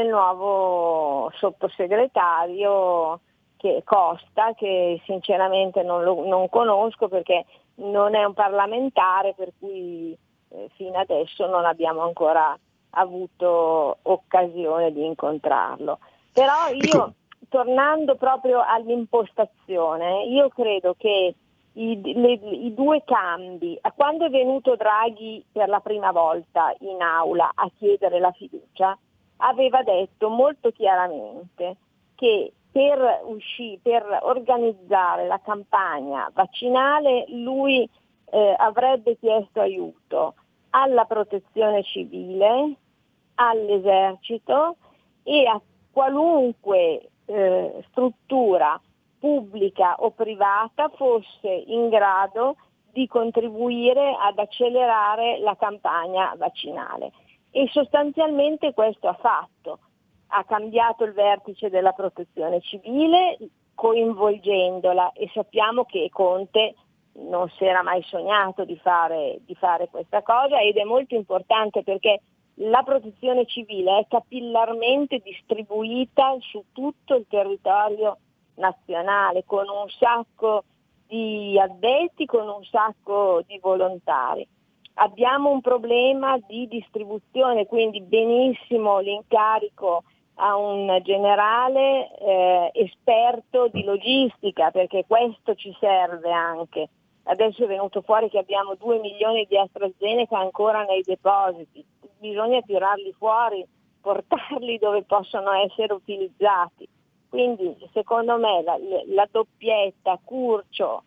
sottosegretario che Costa, che sinceramente non conosco perché non è un parlamentare, per cui fino adesso non abbiamo ancora avuto occasione di incontrarlo. Però io, tornando proprio all'impostazione, io credo che i 2 cambi, quando è venuto Draghi per la prima volta in aula a chiedere la fiducia, aveva detto molto chiaramente che per organizzare la campagna vaccinale lui avrebbe chiesto aiuto alla protezione civile, all'esercito e a qualunque struttura pubblica o privata fosse in grado di contribuire ad accelerare la campagna vaccinale. E sostanzialmente questo ha fatto. Ha cambiato il vertice della protezione civile coinvolgendola, e sappiamo che Conte non si era mai sognato di fare questa cosa, ed è molto importante perché la protezione civile è capillarmente distribuita su tutto il territorio nazionale, con un sacco di addetti, con un sacco di volontari. Abbiamo un problema di distribuzione, quindi benissimo l'incarico a un generale esperto di logistica, perché questo ci serve anche. Adesso è venuto fuori che abbiamo 2 milioni di AstraZeneca ancora nei depositi, bisogna tirarli fuori, portarli dove possono essere utilizzati. Quindi secondo me la doppietta Curcio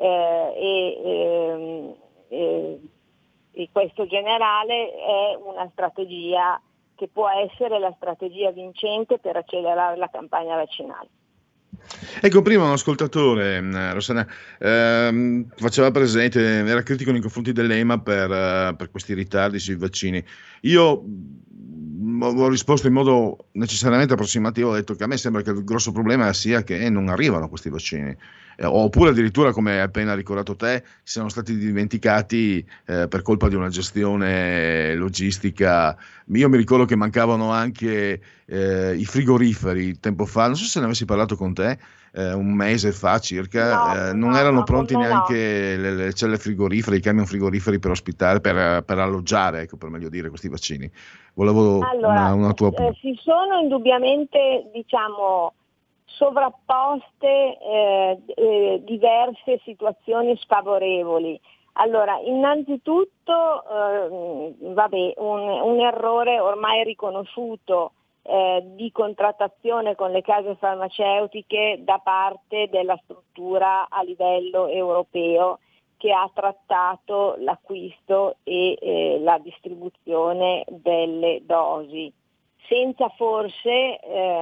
e questo generale è una strategia che può essere la strategia vincente per accelerare la campagna vaccinale. Ecco, prima un ascoltatore, Rossana, faceva presente, era critico nei confronti dell'EMA per questi ritardi sui vaccini. Io ho risposto in modo necessariamente approssimativo, ho detto che a me sembra che il grosso problema sia che non arrivano questi vaccini, oppure addirittura, come hai appena ricordato te, siano stati dimenticati per colpa di una gestione logistica. Io mi ricordo che mancavano anche i frigoriferi tempo fa, non so se ne avessi parlato con te, un mese fa circa, non erano pronti neanche le celle frigorifere, i camion frigoriferi per ospitare, per alloggiare, ecco, per meglio dire, questi vaccini. Volevo una tua si sono indubbiamente, sovrapposte diverse situazioni sfavorevoli. Allora, innanzitutto, un errore ormai riconosciuto di contrattazione con le case farmaceutiche da parte della struttura a livello europeo che ha trattato l'acquisto e la distribuzione delle dosi, senza forse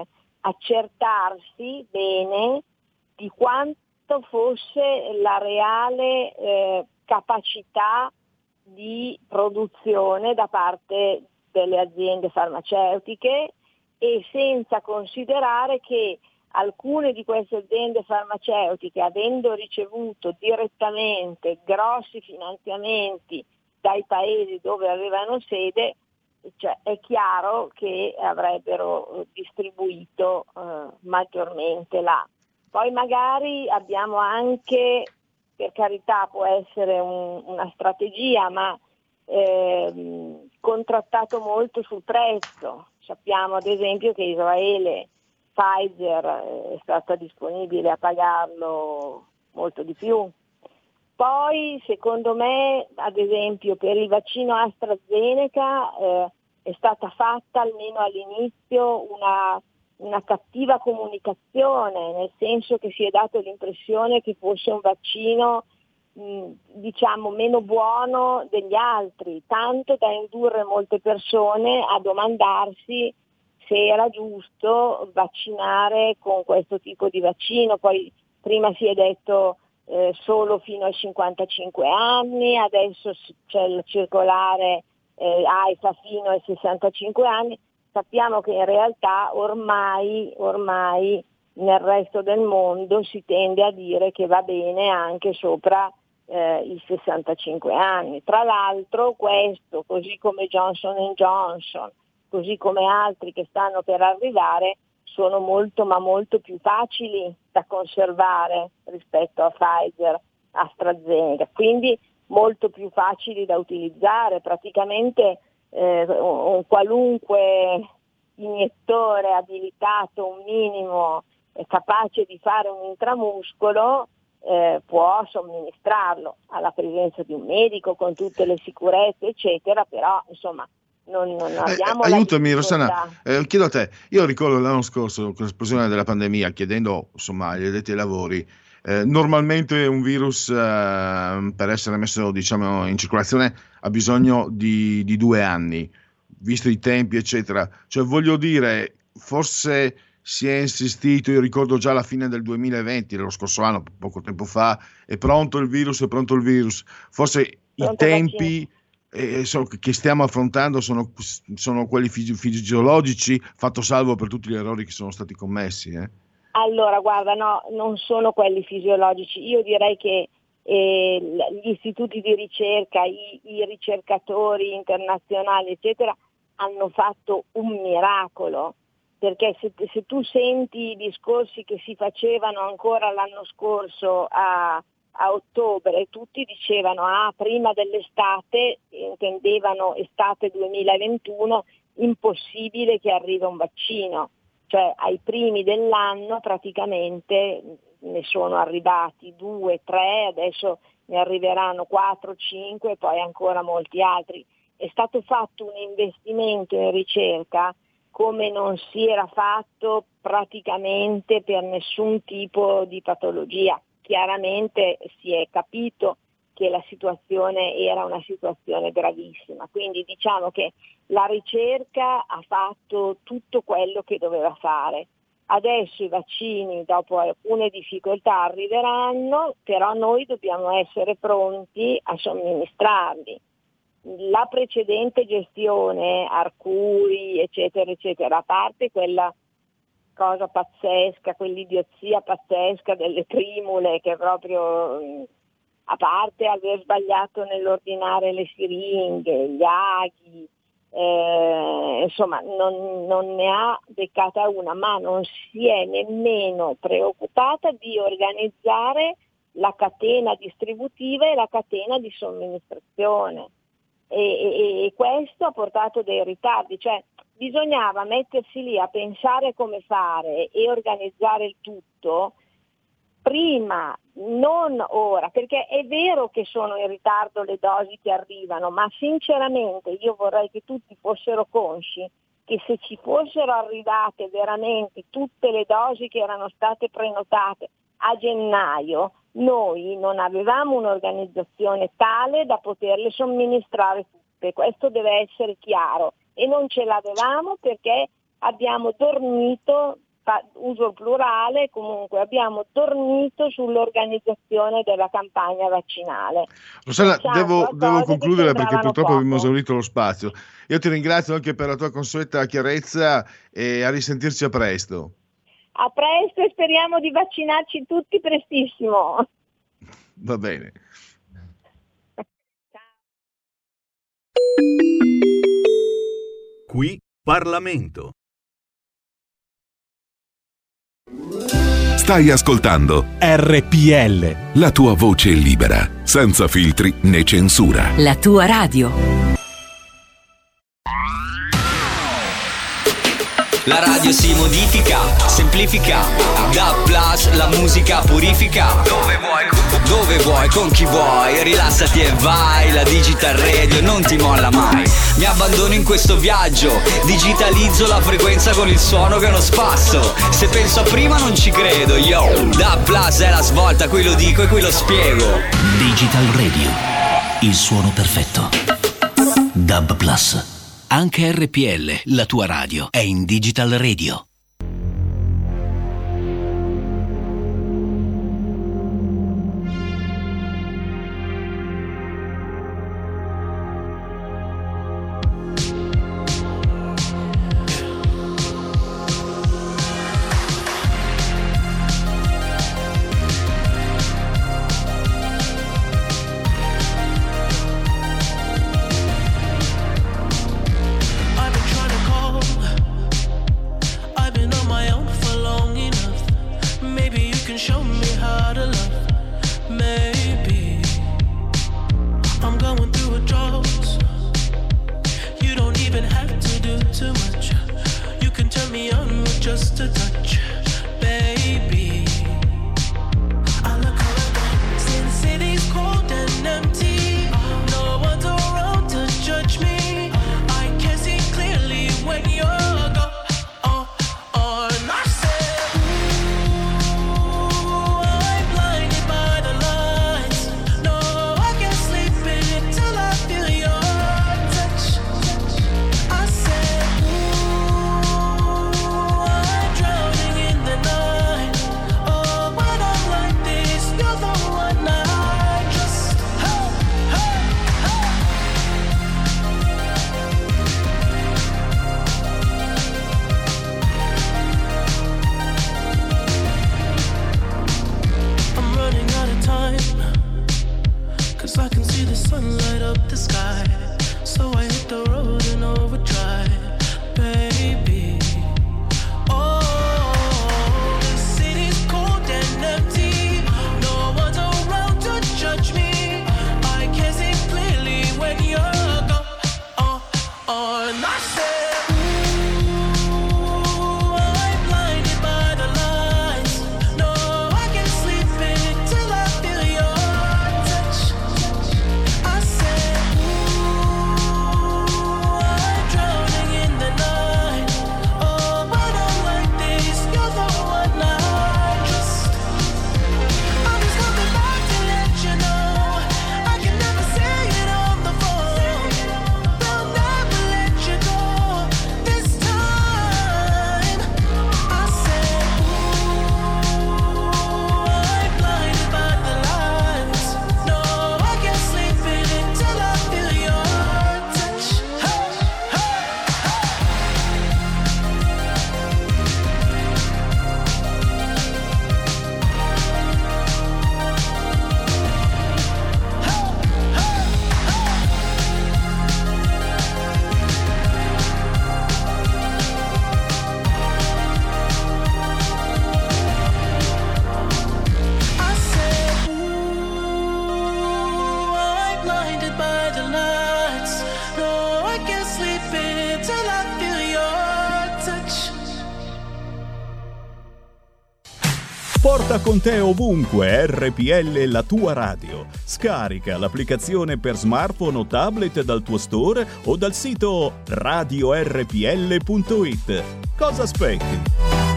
accertarsi bene di quanto fosse la reale capacità di produzione da parte delle aziende farmaceutiche, e senza considerare che alcune di queste aziende farmaceutiche, avendo ricevuto direttamente grossi finanziamenti dai paesi dove avevano sede, è chiaro che avrebbero distribuito maggiormente là. Poi magari abbiamo anche, per carità può essere una strategia, ma contrattato molto sul prezzo. Sappiamo ad esempio che Israele, Pfizer è stata disponibile a pagarlo molto di più. Poi secondo me, ad esempio, per il vaccino AstraZeneca è stata fatta almeno all'inizio una cattiva comunicazione, nel senso che si è dato l'impressione che fosse un vaccino meno buono degli altri, tanto da indurre molte persone a domandarsi se era giusto vaccinare con questo tipo di vaccino. Poi prima si è detto solo fino ai 55 anni, adesso c'è il circolare AIFA fino ai 65 anni. Sappiamo che in realtà ormai nel resto del mondo si tende a dire che va bene anche sopra i 65 anni. Tra l'altro questo, così come Johnson & Johnson, così come altri che stanno per arrivare, sono molto ma molto più facili da conservare rispetto a Pfizer, AstraZeneca, quindi molto più facili da utilizzare. Praticamente un qualunque iniettore abilitato, un minimo capace di fare un intramuscolo, può somministrarlo alla presenza di un medico con tutte le sicurezze eccetera, però insomma non abbiamo aiutami Rossana, chiedo a te, io ricordo l'anno scorso con l'esplosione della pandemia, chiedendo agli addetti ai lavori, normalmente un virus per essere messo in circolazione ha bisogno di 2 anni. visto i tempi, eccetera. Cioè, voglio dire, forse si è insistito, io ricordo già la fine del 2020, lo scorso anno, poco tempo fa, è pronto il virus, forse i tempi che stiamo affrontando sono quelli fisiologici, fatto salvo per tutti gli errori che sono stati commessi. Allora, guarda, no, non sono quelli fisiologici, io direi che gli istituti di ricerca, i ricercatori internazionali, eccetera, hanno fatto un miracolo, perché se tu senti i discorsi che si facevano ancora l'anno scorso a ottobre, tutti dicevano prima dell'estate, intendevano estate 2021, impossibile che arrivi un vaccino, cioè ai primi dell'anno praticamente ne sono arrivati 2, 3, adesso ne arriveranno 4, 5 e poi ancora molti altri. È stato fatto un investimento in ricerca come non si era fatto praticamente per nessun tipo di patologia. Chiaramente si è capito che la situazione era una situazione gravissima, quindi diciamo che la ricerca ha fatto tutto quello che doveva fare. Adesso i vaccini, dopo alcune difficoltà, arriveranno, però noi dobbiamo essere pronti a somministrarli. La precedente gestione, Arcuri, eccetera, eccetera, a parte quella cosa pazzesca, quell'idiozia pazzesca delle primule, che proprio, a parte aver sbagliato nell'ordinare le siringhe, gli aghi, insomma non ne ha beccata una, ma non si è nemmeno preoccupata di organizzare la catena distributiva e la catena di somministrazione. E questo ha portato dei ritardi, cioè bisognava mettersi lì a pensare come fare e organizzare il tutto prima, non ora, perché è vero che sono in ritardo le dosi che arrivano, ma sinceramente io vorrei che tutti fossero consci che se ci fossero arrivate veramente tutte le dosi che erano state prenotate a gennaio, noi non avevamo un'organizzazione tale da poterle somministrare tutte, questo deve essere chiaro, e non ce l'avevamo perché abbiamo dormito, uso il plurale, comunque abbiamo dormito sull'organizzazione della campagna vaccinale. Rossella, devo concludere perché purtroppo abbiamo esaurito lo spazio. Io ti ringrazio anche per la tua consueta chiarezza e a risentirci a presto. A presto e speriamo di vaccinarci tutti prestissimo. Va bene. Qui Parlamento. Stai ascoltando RPL. La tua voce libera, senza filtri né censura. La tua radio. La radio si modifica, semplifica, da plus la musica purifica. Dove vuoi, con chi vuoi, rilassati e vai. La Digital Radio non ti molla mai. Mi abbandono in questo viaggio, digitalizzo la frequenza con il suono che è uno spasso. Se penso a prima non ci credo, yo. Da plus è la svolta, qui lo dico e qui lo spiego. Digital Radio, il suono perfetto. Dub Plus. Anche RPL, la tua radio, è in Digital Radio. I've the sky. So I hit the road in overdrive, baby. Oh, the city's cold and empty. No one's around to judge me. I can see clearly when you're gone. And I said, ooh, I'm blinded by the lights. No, I can't sleep until I feel your touch. I said, ooh, I'm drowning in the night. Oh, when I'm like this, you're the one I trust. I'm just coming back to let you know I can never say it on the phone. They'll never let you go this time. I said, ooh, I'm blinded by the lights. No, I can't sleep until I feel your touch. Hey, hey, I said, ooh, I'm blinded by the lights. No, I can't sleep until I feel your touch. Porta con te ovunque RPL la tua radio. Scarica l'applicazione per smartphone o tablet dal tuo store o dal sito radiorpl.it. Cosa aspetti?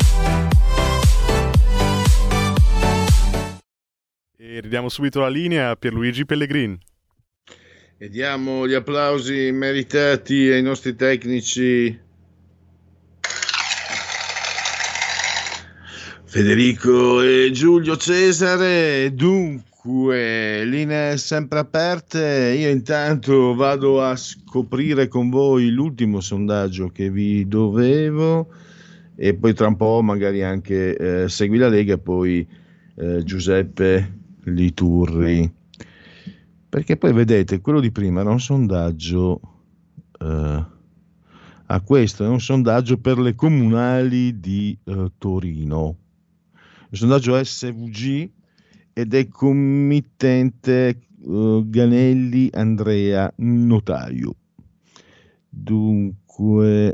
E ridiamo subito la linea a Pierluigi Pellegrin. E diamo gli applausi meritati ai nostri tecnici Federico e Giulio Cesare. Dunque, linee sempre aperte. Io intanto vado a scoprire con voi l'ultimo sondaggio che vi dovevo e poi tra un po' magari anche Segui la Lega e poi Giuseppe Liturri, perché poi vedete quello di prima era un sondaggio questo è un sondaggio per le comunali di Torino, il sondaggio SVG ed è committente Ganelli Andrea Notaio. Dunque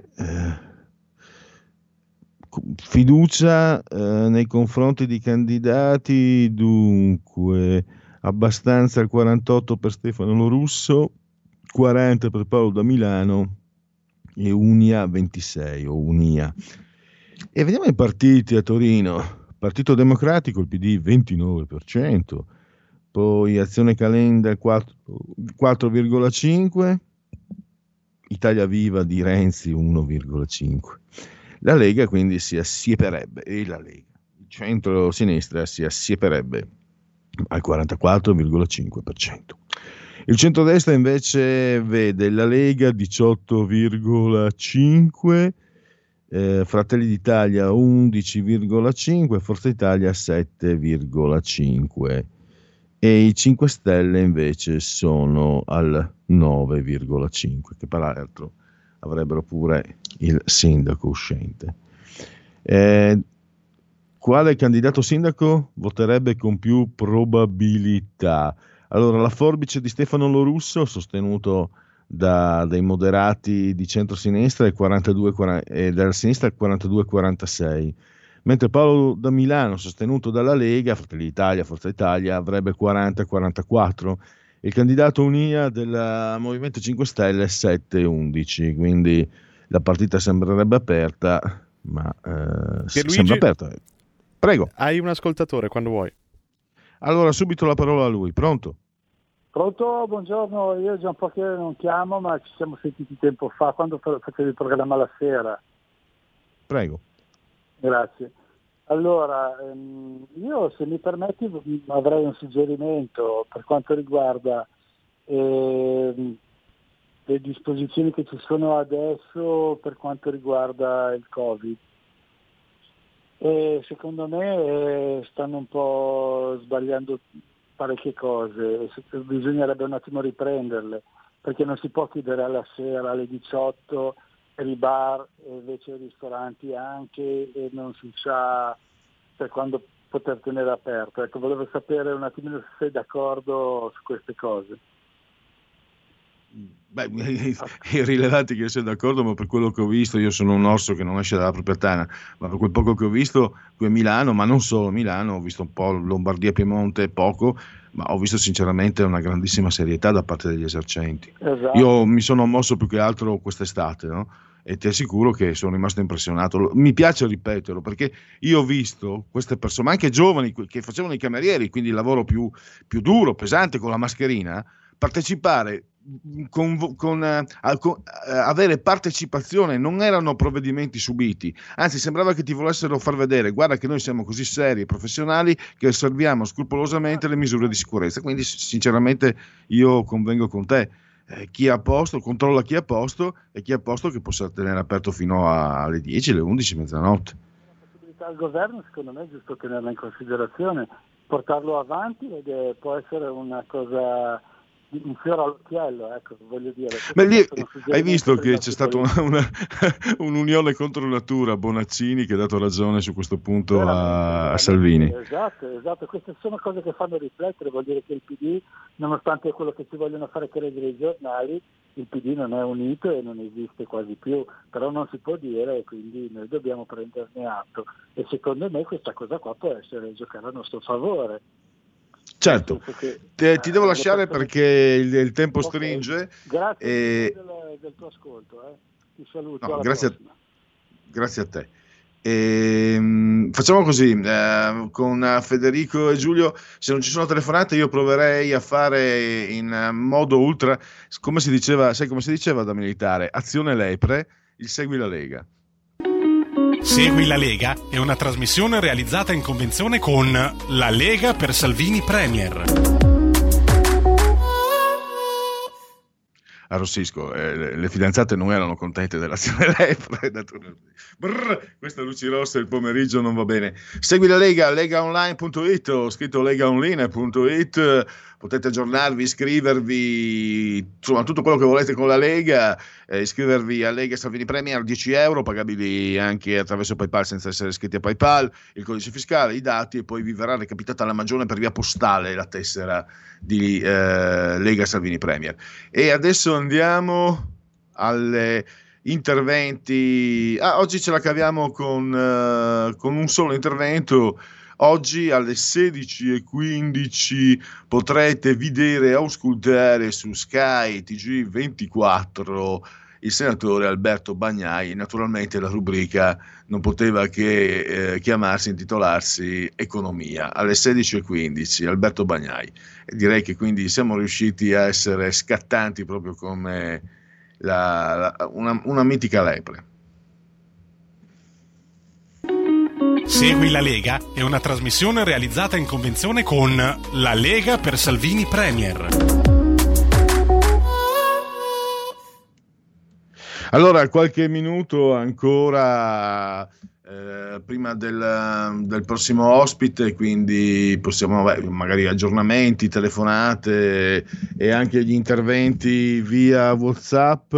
fiducia nei confronti di candidati, dunque abbastanza il 48 per Stefano Lorusso, 40 per Paolo da Milano e Unia 26 o Unia. E vediamo i partiti a Torino. Partito Democratico, il PD 29%, poi Azione Calenda 4,5%, Italia Viva di Renzi 1,5%. La Lega quindi si assieperebbe, e la Lega, il centro-sinistra si assieperebbe al 44,5%. Il centrodestra invece vede la Lega 18,5%, Fratelli d'Italia 11,5%, Forza Italia 7,5%. E i 5 Stelle invece sono al 9,5%, che peraltro avrebbero pure il sindaco uscente. Quale candidato sindaco voterebbe con più probabilità? Allora, la forbice di Stefano Lorusso, sostenuto dai moderati di centrosinistra, e dalla sinistra il 42,46%, mentre Paolo da Milano, sostenuto dalla Lega, Fratelli d'Italia, Forza Italia, avrebbe 40,44%. Il candidato Unia del Movimento 5 Stelle 7,11%, quindi la partita sembrerebbe aperta, ma sembra aperta. Prego. Hai un ascoltatore quando vuoi. Allora, subito la parola a lui. Pronto? Pronto, buongiorno, io già un po' che non chiamo, ma ci siamo sentiti tempo fa, quando facevi il programma la sera. Prego. Grazie. Allora, io se mi permetti avrei un suggerimento per quanto riguarda le disposizioni che ci sono adesso per quanto riguarda il Covid. E secondo me stanno un po' sbagliando parecchie cose, bisognerebbe un attimo riprenderle. perché non si può chiudere alla sera alle 18 per i bar e invece i ristoranti anche, e non si sa quando poter tenere aperto. Ecco, volevo sapere un attimino se sei d'accordo su queste cose. Beh, è irrilevante che io sia d'accordo, ma per quello che ho visto, io sono un orso che non esce dalla propria tana, ma per quel poco che ho visto qui a Milano, ma non solo a Milano, ho visto un po' Lombardia, Piemonte, poco, ma ho visto sinceramente una grandissima serietà da parte degli esercenti. Esatto. Io mi sono mosso più che altro quest'estate, no? E ti assicuro che sono rimasto impressionato. Mi piace ripeterlo, perché io ho visto queste persone, anche giovani, che facevano i camerieri, quindi il lavoro più duro, pesante, con la mascherina, partecipare, avere partecipazione. Non erano provvedimenti subiti, anzi sembrava che ti volessero far vedere: guarda che noi siamo così seri e professionali che osserviamo scrupolosamente le misure di sicurezza. Quindi sinceramente io convengo con te, chi è a posto controlla chi è a posto, e chi è a posto che possa tenere aperto fino alle 10, alle 11, mezzanotte. La possibilità del governo, secondo me, è giusto tenerla in considerazione, portarlo avanti, ed può essere una cosa, un fiore all'occhiello, ecco, voglio dire. Beh, lì hai visto che c'è stata un'unione contro natura, Bonaccini, che ha dato ragione su questo punto a Salvini. Esatto, queste sono cose che fanno riflettere. Vuol dire che il PD, nonostante quello che ci vogliono fare credere i giornali, il PD non è unito e non esiste quasi più, però non si può dire, e quindi noi dobbiamo prenderne atto, e secondo me questa cosa qua può essere giocare a nostro favore. Certo, ti devo lasciare perché il tempo stringe. Grazie del tuo ascolto, ti saluto. No, grazie a te. Facciamo così, con Federico e Giulio, se non ci sono telefonate io proverei a fare in modo ultra, come si diceva, sai come si diceva da militare, azione lepre, il Segui la Lega. Segui la Lega è una trasmissione realizzata in convenzione con La Lega per Salvini Premier. Arrossisco, le fidanzate non erano contente dell'azione lepre. Questa luci rosse il pomeriggio non va bene. Segui la Lega, legaonline.it, ho scritto legaonline.it, potete aggiornarvi, iscrivervi, insomma tutto quello che volete con la Lega, iscrivervi a Lega Salvini Premier, 10 euro, pagabili anche attraverso PayPal senza essere iscritti a PayPal, il codice fiscale, i dati, e poi vi verrà recapitata alla Magione per via postale la tessera di Lega Salvini Premier. E adesso andiamo alle interventi. Oggi ce la caviamo con un solo intervento. Oggi alle 16:15 potrete vedere e ascoltare su Sky TG24 il senatore Alberto Bagnai. Naturalmente la rubrica non poteva che intitolarsi Economia. Alle 16:15 Alberto Bagnai. E direi che quindi siamo riusciti a essere scattanti proprio come una mitica lepre. Segui la Lega è una trasmissione realizzata in convenzione con La Lega per Salvini Premier. Allora, qualche minuto ancora prima del prossimo ospite, quindi possiamo magari aggiornamenti, telefonate e anche gli interventi via WhatsApp.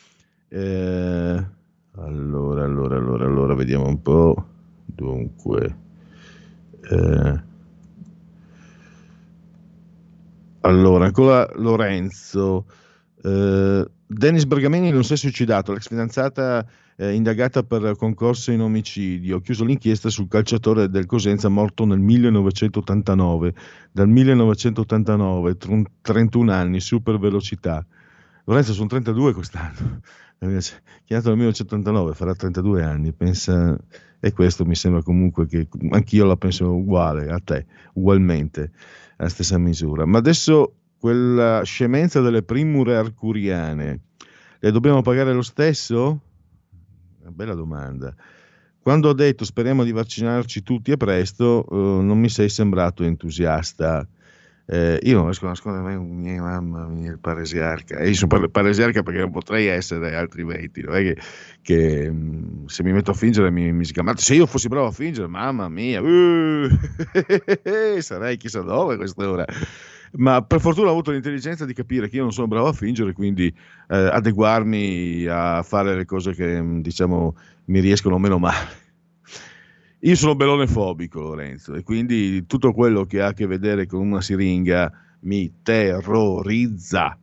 Allora, vediamo un po'. Dunque, allora ancora Lorenzo. Dennis Bergamini non si è suicidato, l'ex fidanzata indagata per concorso in omicidio, chiuso l'inchiesta sul calciatore del Cosenza morto nel 1989. Dal 1989, 31 anni, super velocità. Lorenzo, sono 32 quest'anno, chiamato nel 1989, farà 32 anni, pensa. E questo mi sembra comunque che anch'io la penso uguale a te, ugualmente, alla stessa misura. Ma adesso quella scemenza delle primure arcuriane, le dobbiamo pagare lo stesso? Una bella domanda. Quando ho detto speriamo di vaccinarci tutti e presto, non mi sei sembrato entusiasta. Io non riesco a nascondere mai mamma mia, il paresiarca. E io sono paresiarca perché non potrei essere altrimenti. Non è che se mi metto a fingere mi sgamate. Se io fossi bravo a fingere, mamma mia, sarei chissà dove a quest'ora. ma per fortuna ho avuto l'intelligenza di capire che io non sono bravo a fingere, quindi adeguarmi a fare le cose che diciamo mi riescono meno male. Io sono bellone fobico, Lorenzo, e quindi tutto quello che ha a che vedere con una siringa mi terrorizza.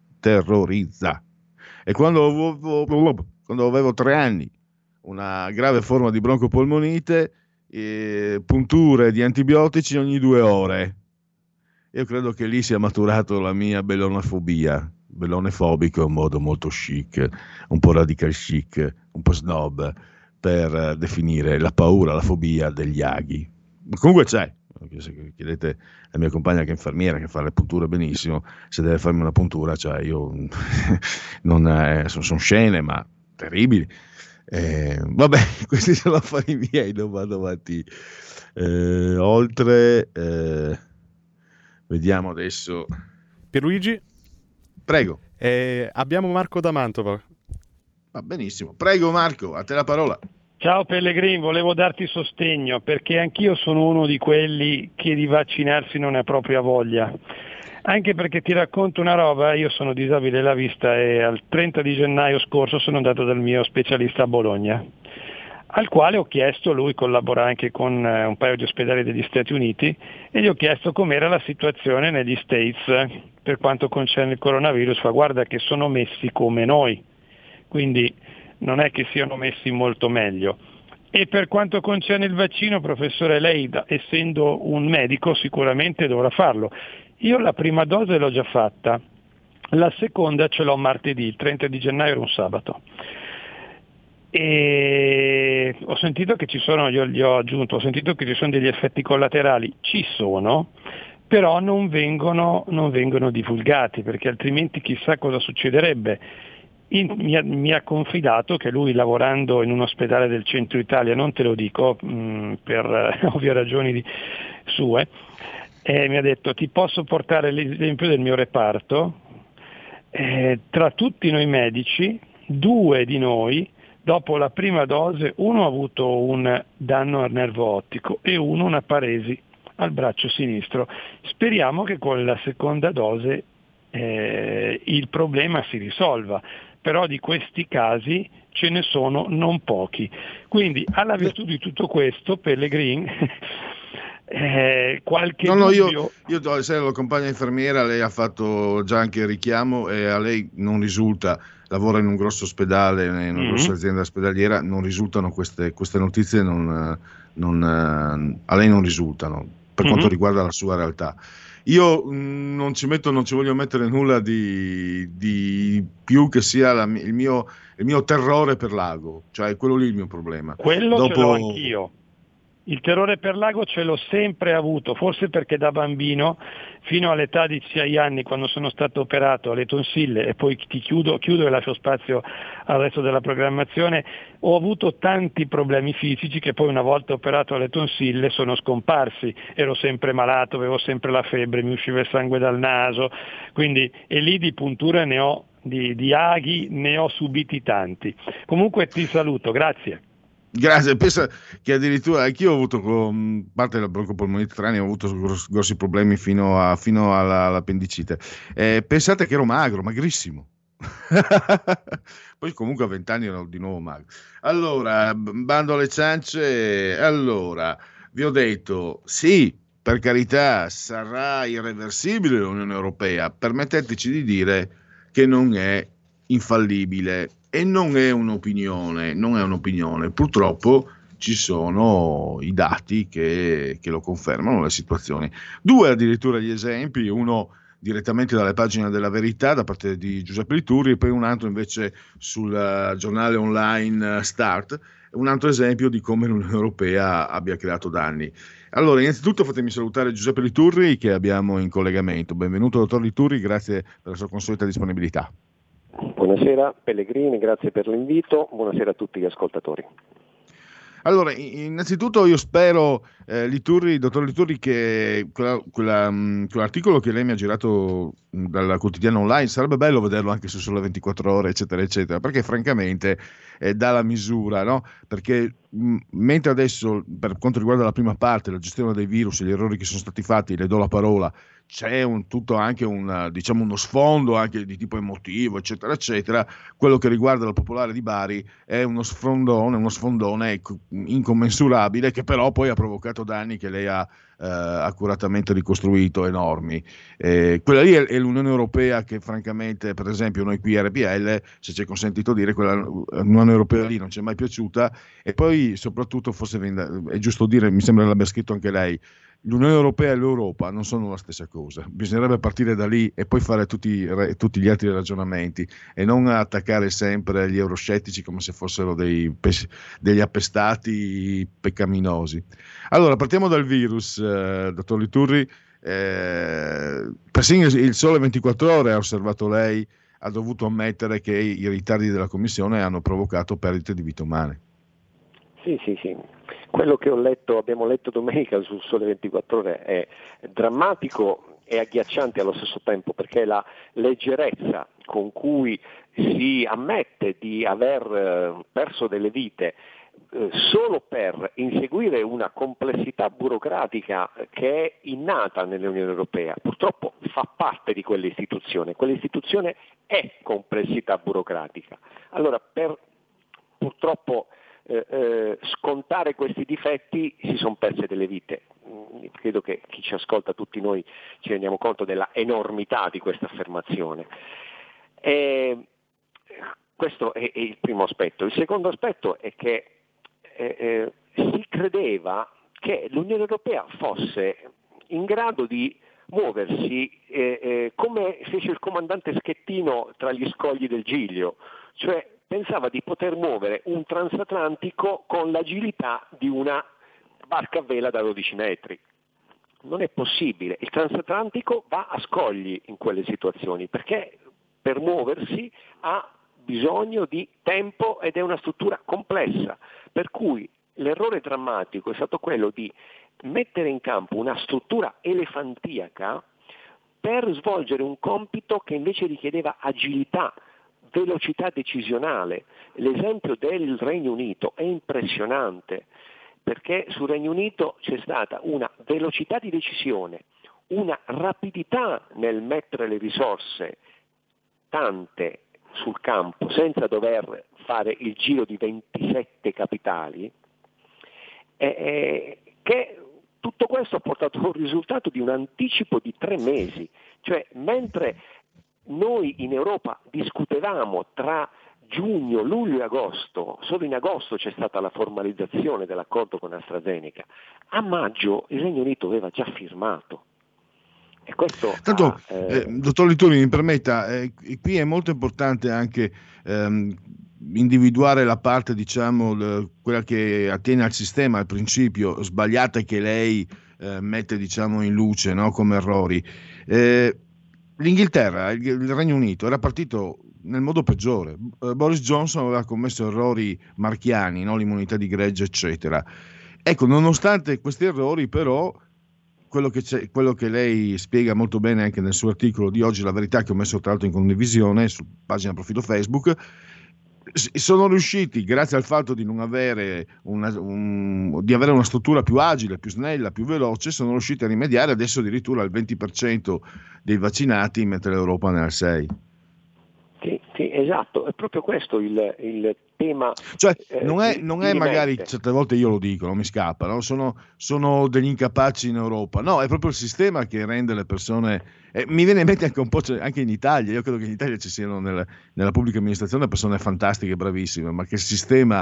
E quando avevo 3 anni, una grave forma di broncopolmonite, punture di antibiotici ogni 2 ore. Io credo che lì sia maturato la mia bellonofobia. Bellone fobico è un modo molto chic, un po' radical chic, un po' snob, per definire la paura, la fobia degli aghi. Comunque c'è, se chiedete alla mia compagna che è infermiera, che fa le punture benissimo, se deve farmi una puntura, cioè io sono scene ma terribili. Vabbè, questi sono affari miei, non vado avanti oltre. Vediamo adesso. Pierluigi? Prego. Abbiamo Marco da Mantova. Va benissimo, prego Marco, a te la parola. Ciao Pellegrin, volevo darti sostegno perché anch'io sono uno di quelli che di vaccinarsi non ha propria voglia. Anche perché ti racconto una roba, io sono disabile della vista e al 30 di gennaio scorso sono andato dal mio specialista a Bologna, al quale ho chiesto, lui collabora anche con un paio di ospedali degli Stati Uniti, e gli ho chiesto com'era la situazione negli States per quanto concerne il coronavirus. Fa: guarda che sono messi come noi, quindi non è che siano messi molto meglio. E per quanto concerne il vaccino, professore, lei essendo un medico sicuramente dovrà farlo. Io la prima dose l'ho già fatta, la seconda ce l'ho martedì, il 30 di gennaio era un sabato. E ho sentito che ci sono, io gli ho aggiunto, ho sentito che ci sono degli effetti collaterali, ci sono, però non vengono divulgati, perché altrimenti chissà cosa succederebbe. Mi ha confidato che lui, lavorando in un ospedale del centro Italia, non te lo dico per ovvie ragioni sue, mi ha detto: ti posso portare l'esempio del mio reparto, tra tutti noi medici 2 di noi dopo la prima dose, uno ha avuto un danno al nervo ottico e uno una paresi al braccio sinistro. Speriamo che con la seconda dose il problema si risolva, però di questi casi ce ne sono non pochi. Quindi alla virtù di tutto questo, Pellegrin, qualche dubbio... Io essendo la compagna infermiera, lei ha fatto già anche il richiamo e a lei non risulta, lavora in un grosso ospedale, in una grossa azienda ospedaliera, non risultano queste notizie, a lei non risultano per quanto riguarda la sua realtà. Io non ci voglio mettere nulla di più che sia il mio terrore per l'ago, cioè quello lì è il mio problema. Quello ce l'ho anch'io. Il terrore per l'ago ce l'ho sempre avuto, forse perché da bambino, fino all'età di 6 anni, quando sono stato operato alle tonsille, e poi chiudo e lascio spazio al resto della programmazione, ho avuto tanti problemi fisici che poi una volta operato alle tonsille sono scomparsi. Ero sempre malato, avevo sempre la febbre, mi usciva il sangue dal naso, quindi, e lì di punture ne ho, di aghi ne ho subiti tanti. Comunque ti saluto, grazie. Grazie, pensa che addirittura anch'io ho avuto, parte della broncopolmonite, 3 anni, ho avuto grossi problemi fino all'appendicite. Pensate che ero magrissimo. Poi comunque a 20 anni ero di nuovo magro. Allora, bando alle ciance, allora, vi ho detto, sì, per carità, sarà irreversibile l'Unione Europea, permetteteci di dire che non è infallibile. E non è un'opinione. Purtroppo ci sono i dati che lo confermano, le situazioni. 2 addirittura gli esempi, uno direttamente dalle pagine della Verità da parte di Giuseppe Liturri e poi un altro invece sul giornale online Start, un altro esempio di come l'Unione Europea abbia creato danni. Allora, innanzitutto fatemi salutare Giuseppe Liturri che abbiamo in collegamento. Benvenuto dottor Liturri, grazie per la sua consueta disponibilità. Buonasera Pellegrini, grazie per l'invito, buonasera a tutti gli ascoltatori. Allora, innanzitutto io spero, dottor Liturri, che quell'articolo che lei mi ha girato dal quotidiano online, sarebbe bello vederlo anche su Sole 24 Ore, eccetera, eccetera, perché francamente dà la misura, no? Perché mentre adesso, per quanto riguarda la prima parte, la gestione dei virus e gli errori che sono stati fatti, le do la parola, c'è tutto anche diciamo uno sfondo anche di tipo emotivo, eccetera, eccetera. Quello che riguarda la Popolare di Bari è uno sfondone incommensurabile, che però poi ha provocato danni che lei ha accuratamente ricostruito, enormi. Quella lì è l'Unione Europea che francamente, per esempio noi qui a RPL, se ci è consentito dire, quella Unione Europea lì non ci è mai piaciuta. E poi soprattutto, forse è giusto dire, mi sembra l'abbia scritto anche lei, l'Unione Europea e l'Europa non sono la stessa cosa. Bisognerebbe partire da lì e poi fare tutti gli altri ragionamenti, e non attaccare sempre gli euroscettici come se fossero degli appestati peccaminosi. Allora, partiamo dal virus, dottor Liturri. Persino il Sole 24 Ore, ha osservato lei, ha dovuto ammettere che i ritardi della Commissione hanno provocato perdite di vite umane. Sì. Quello che abbiamo letto domenica sul Sole 24 Ore è drammatico e agghiacciante allo stesso tempo, perché la leggerezza con cui si ammette di aver perso delle vite solo per inseguire una complessità burocratica che è innata nell'Unione Europea, purtroppo fa parte di quell'istituzione è complessità burocratica. Allora, per purtroppo scontare questi difetti si sono perse delle vite. Credo che chi ci ascolta, tutti noi, ci rendiamo conto della enormità di questa affermazione. Questo è il primo aspetto. Il secondo aspetto è che si credeva che l'Unione Europea fosse in grado di muoversi come fece il comandante Schettino tra gli scogli del Giglio, cioè pensava di poter muovere un transatlantico con l'agilità di una barca a vela da 12 metri. Non è possibile, il transatlantico va a scogli in quelle situazioni, perché per muoversi ha bisogno di tempo ed è una struttura complessa, per cui l'errore drammatico è stato quello di mettere in campo una struttura elefantiaca per svolgere un compito che invece richiedeva agilità, velocità decisionale. L'esempio del Regno Unito è impressionante, perché sul Regno Unito c'è stata una velocità di decisione, una rapidità nel mettere le risorse, tante, sul campo, senza dover fare il giro di 27 capitali, che tutto questo ha portato un risultato di un anticipo di 3 mesi, cioè mentre noi in Europa discutevamo tra giugno, luglio e agosto, solo in agosto c'è stata la formalizzazione dell'accordo con AstraZeneca, a maggio il Regno Unito aveva già firmato. E questo tanto, dottor Liturri, mi permetta, qui è molto importante anche individuare la parte, diciamo, quella che attiene al sistema, al principio sbagliata che lei mette, diciamo, in luce, no, come errori. L'Inghilterra, il Regno Unito era partito nel modo peggiore. Boris Johnson aveva commesso errori marchiani, no? L'immunità di gregge, eccetera. Ecco, nonostante questi errori, però, quello che lei spiega molto bene anche nel suo articolo di oggi, La Verità, che ho messo tra l'altro in condivisione su pagina profilo Facebook, sono riusciti, grazie al fatto di non avere di avere una struttura più agile, più snella, più veloce, sono riusciti a rimediare adesso addirittura al 20% dei vaccinati, mentre l'Europa ne ha il 6%. Sì, esatto, è proprio questo il tema. Cioè, non è magari, certe volte io lo dico, non mi scappa, no? Sono degli incapaci in Europa, no, è proprio il sistema che rende le persone. Mi viene in mente anche un po', anche in Italia, io credo che in Italia ci siano nella pubblica amministrazione persone fantastiche, bravissime, ma che il sistema,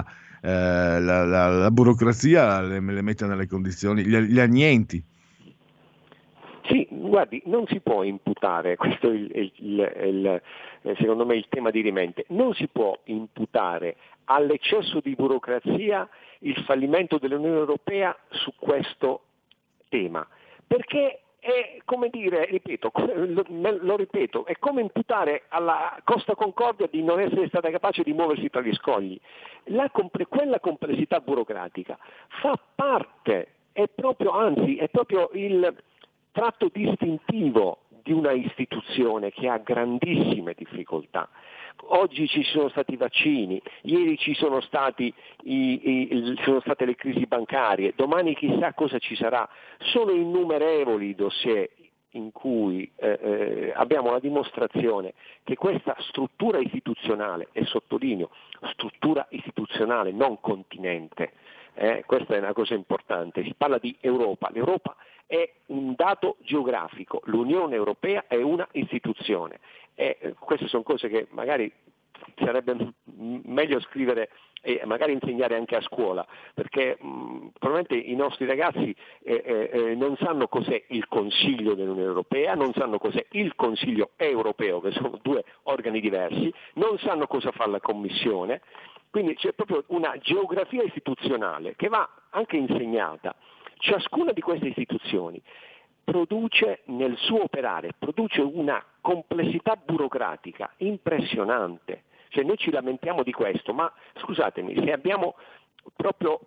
la burocrazia le mette nelle condizioni, gli annienti. Sì, guardi, non si può imputare, questo è secondo me il tema dirimente, non si può imputare all'eccesso di burocrazia il fallimento dell'Unione Europea su questo tema, perché è come dire, lo ripeto, è come imputare alla Costa Concordia di non essere stata capace di muoversi tra gli scogli. Quella complessità burocratica fa parte, è proprio il tratto distintivo di una istituzione che ha grandissime difficoltà. Oggi ci sono stati i vaccini, ieri ci sono state le crisi bancarie, domani chissà cosa ci sarà. Sono innumerevoli i dossier in cui abbiamo la dimostrazione che questa struttura istituzionale, e sottolineo struttura istituzionale, non continente, questa è una cosa importante, si parla di Europa, l'Europa è un dato geografico, l'Unione Europea è una istituzione, queste sono cose che magari sarebbe meglio scrivere e magari insegnare anche a scuola, perché probabilmente i nostri ragazzi non sanno cos'è il Consiglio dell'Unione Europea, non sanno cos'è il Consiglio Europeo, che sono due organi diversi, non sanno cosa fa la Commissione, quindi c'è proprio una geografia istituzionale che va anche insegnata. Ciascuna di queste istituzioni produce nel suo operare, produce una complessità burocratica impressionante. Cioè noi ci lamentiamo di questo, ma scusatemi, se abbiamo proprio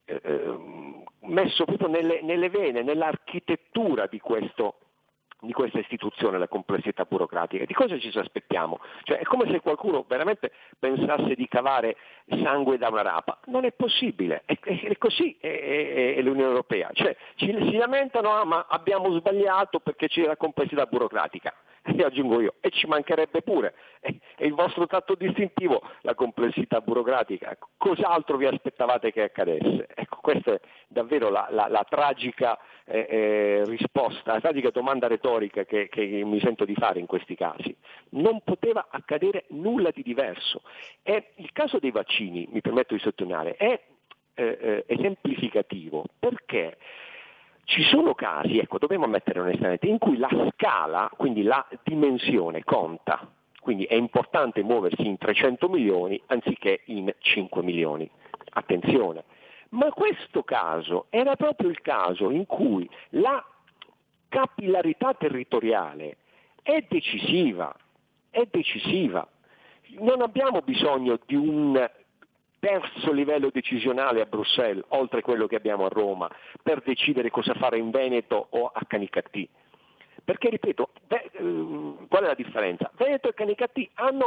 messo proprio nelle vene, nell'architettura di questa istituzione la complessità burocratica, di cosa ci aspettiamo? Cioè è come se qualcuno veramente pensasse di cavare sangue da una rapa, non è possibile, è così è l'Unione Europea, cioè si lamentano, ma abbiamo sbagliato perché c'è la complessità burocratica, e aggiungo io, e ci mancherebbe pure, è il vostro tratto distintivo la complessità burocratica, cos'altro vi aspettavate che accadesse? Ecco, questa è davvero la tragica risposta, la tragica domanda retorica che mi sento di fare in questi casi. Non poteva accadere nulla di diverso. E il caso dei vaccini, mi permetto di sottolineare, è esemplificativo, perché ci sono casi, ecco, dobbiamo ammettere onestamente, in cui la scala, quindi la dimensione conta, quindi è importante muoversi in 300 milioni anziché in 5 milioni. Attenzione, ma questo caso era proprio il caso in cui la capillarità territoriale è decisiva. Non abbiamo bisogno di un terzo livello decisionale a Bruxelles, oltre quello che abbiamo a Roma, per decidere cosa fare in Veneto o a Canicattì. Perché, ripeto, qual è la differenza? Veneto e Canicattì hanno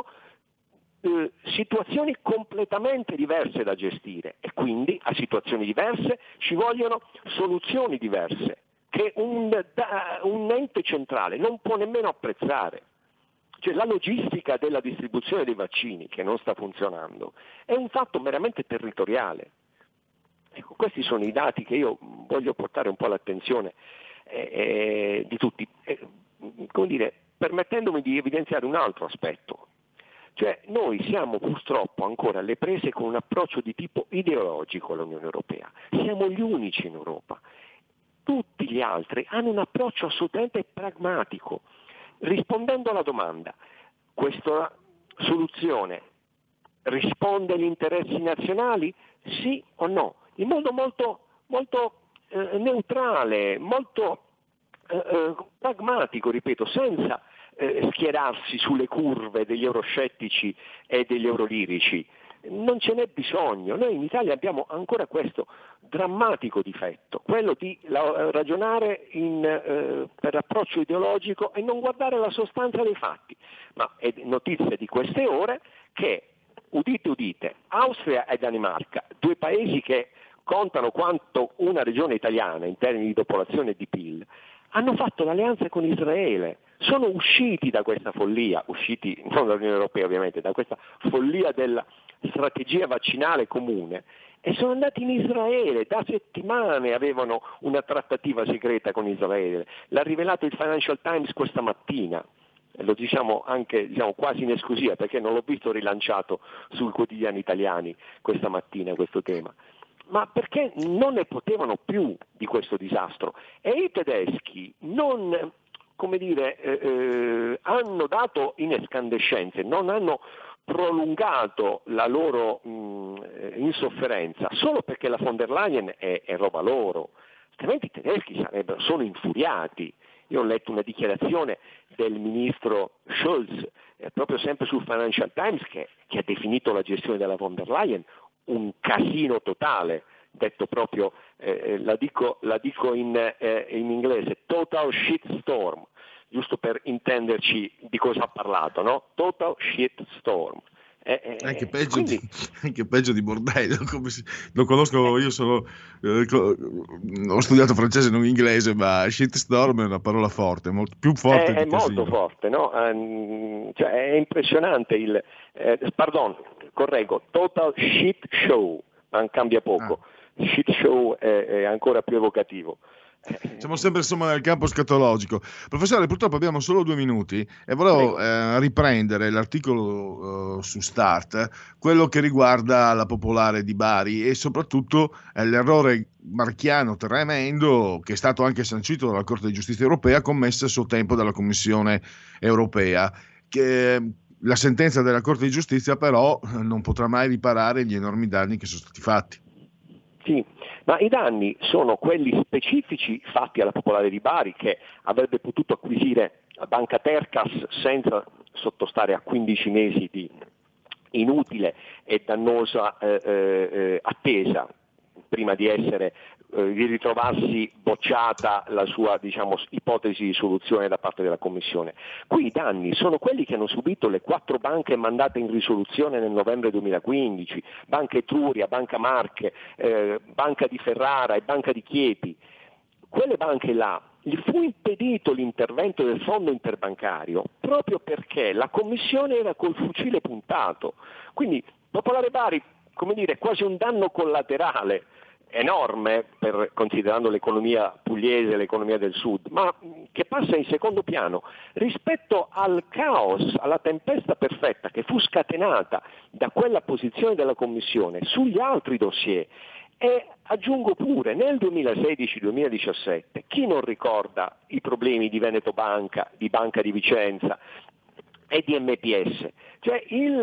situazioni completamente diverse da gestire e quindi a situazioni diverse ci vogliono soluzioni diverse che un ente centrale non può nemmeno apprezzare. Cioè la logistica della distribuzione dei vaccini, che non sta funzionando, è un fatto meramente territoriale. Ecco, questi sono i dati che io voglio portare un po' all'attenzione di tutti, come dire, permettendomi di evidenziare un altro aspetto. Cioè noi siamo purtroppo ancora alle prese con un approccio di tipo ideologico all'Unione Europea. Siamo gli unici in Europa. Tutti gli altri hanno un approccio assolutamente pragmatico. Rispondendo alla domanda, questa soluzione risponde agli interessi nazionali? Sì o no? In modo molto neutrale, molto pragmatico, ripeto, senza schierarsi sulle curve degli euroscettici e degli eurolirici. Non ce n'è bisogno. Noi in Italia abbiamo ancora questo drammatico difetto, quello di ragionare per approccio ideologico e non guardare la sostanza dei fatti. Ma è notizia di queste ore che, udite, Austria e Danimarca, due paesi che contano quanto una regione italiana in termini di popolazione e di PIL, hanno fatto l'alleanza con Israele, sono usciti da questa follia, usciti non dall'Unione Europea ovviamente, da questa follia della strategia vaccinale comune, e sono andati in Israele, da settimane avevano una trattativa segreta con Israele, l'ha rivelato il Financial Times questa mattina, lo diciamo anche quasi in esclusiva perché non l'ho visto rilanciato sui quotidiani italiani questa mattina questo tema. Ma perché non ne potevano più di questo disastro? E i tedeschi non, hanno dato in escandescenze, non hanno prolungato la loro insofferenza solo perché la von der Leyen è roba loro, altrimenti i tedeschi sono infuriati. Io ho letto una dichiarazione del ministro Scholz, proprio sempre sul Financial Times, che ha definito la gestione della von der Leyen un casino totale, detto proprio, la dico in inglese, total shitstorm, giusto per intenderci di cosa ha parlato, no? Total shitstorm. Anche peggio di bordello, lo conosco, io ho studiato francese, non inglese, ma shitstorm è una parola forte, più forte di è molto casino. forte, no? Cioè, è impressionante correggo, total shit show, ma cambia poco, shit show è ancora più evocativo. Siamo sempre insomma nel campo scatologico. Professore, purtroppo abbiamo solo 2 minuti e volevo riprendere l'articolo su Start, quello che riguarda la Popolare di Bari e soprattutto l'errore marchiano tremendo che è stato anche sancito dalla Corte di Giustizia europea, commesso a suo tempo dalla Commissione europea. La sentenza della Corte di Giustizia però non potrà mai riparare gli enormi danni che sono stati fatti. Sì, ma i danni sono quelli specifici fatti alla Popolare di Bari, che avrebbe potuto acquisire la Banca Tercas senza sottostare a 15 mesi di inutile e dannosa attesa prima di ritrovarsi bocciata la sua ipotesi di soluzione da parte della Commissione. Qui i danni sono quelli che hanno subito le 4 banche mandate in risoluzione nel novembre 2015, Banca Etruria, Banca Marche, Banca di Ferrara e Banca di Chieti. Quelle banche là gli fu impedito l'intervento del fondo interbancario proprio perché la Commissione era col fucile puntato. Quindi Popolare Bari, quasi un danno collaterale enorme considerando l'economia pugliese, l'economia del sud, ma che passa in secondo piano rispetto al caos, alla tempesta perfetta che fu scatenata da quella posizione della Commissione sugli altri dossier. E aggiungo pure, nel 2016-2017, chi non ricorda i problemi di Veneto Banca, di Banca di Vicenza e di MPS? Cioè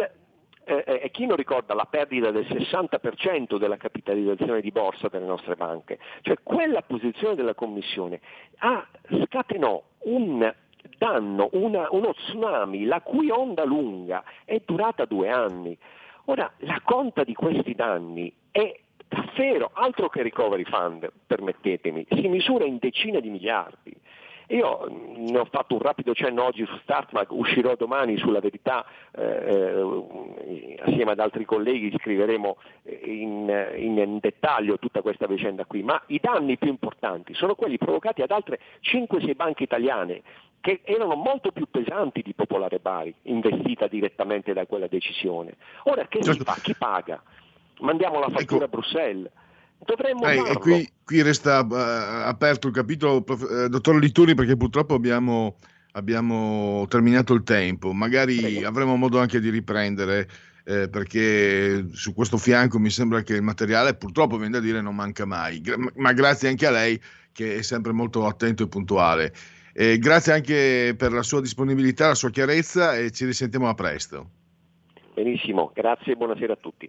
e chi non ricorda la perdita del 60% della capitalizzazione di borsa delle nostre banche? Cioè quella posizione della Commissione scatenò un danno, uno tsunami, la cui onda lunga è durata 2 anni. Ora, la conta di questi danni è davvero altro che recovery fund, permettetemi, si misura in decine di miliardi. Io ne ho fatto un rapido cenno oggi su Start, ma uscirò domani sulla Verità, assieme ad altri colleghi scriveremo in dettaglio tutta questa vicenda qui, ma i danni più importanti sono quelli provocati ad altre 5-6 banche italiane che erano molto più pesanti di Popolare Bari, investita direttamente da quella decisione. Ora che si fa? Chi paga? Mandiamo la fattura a Bruxelles? Dovremmo farlo. E qui resta aperto il capitolo, dottor Litturi, perché purtroppo abbiamo terminato il tempo. Magari avremo modo anche di riprendere, perché su questo fianco mi sembra che il materiale, purtroppo viene da dire, non manca mai. Ma grazie anche a lei, che è sempre molto attento e puntuale. Grazie anche per la sua disponibilità, la sua chiarezza, e ci risentiamo a presto. Benissimo, grazie e buonasera a tutti.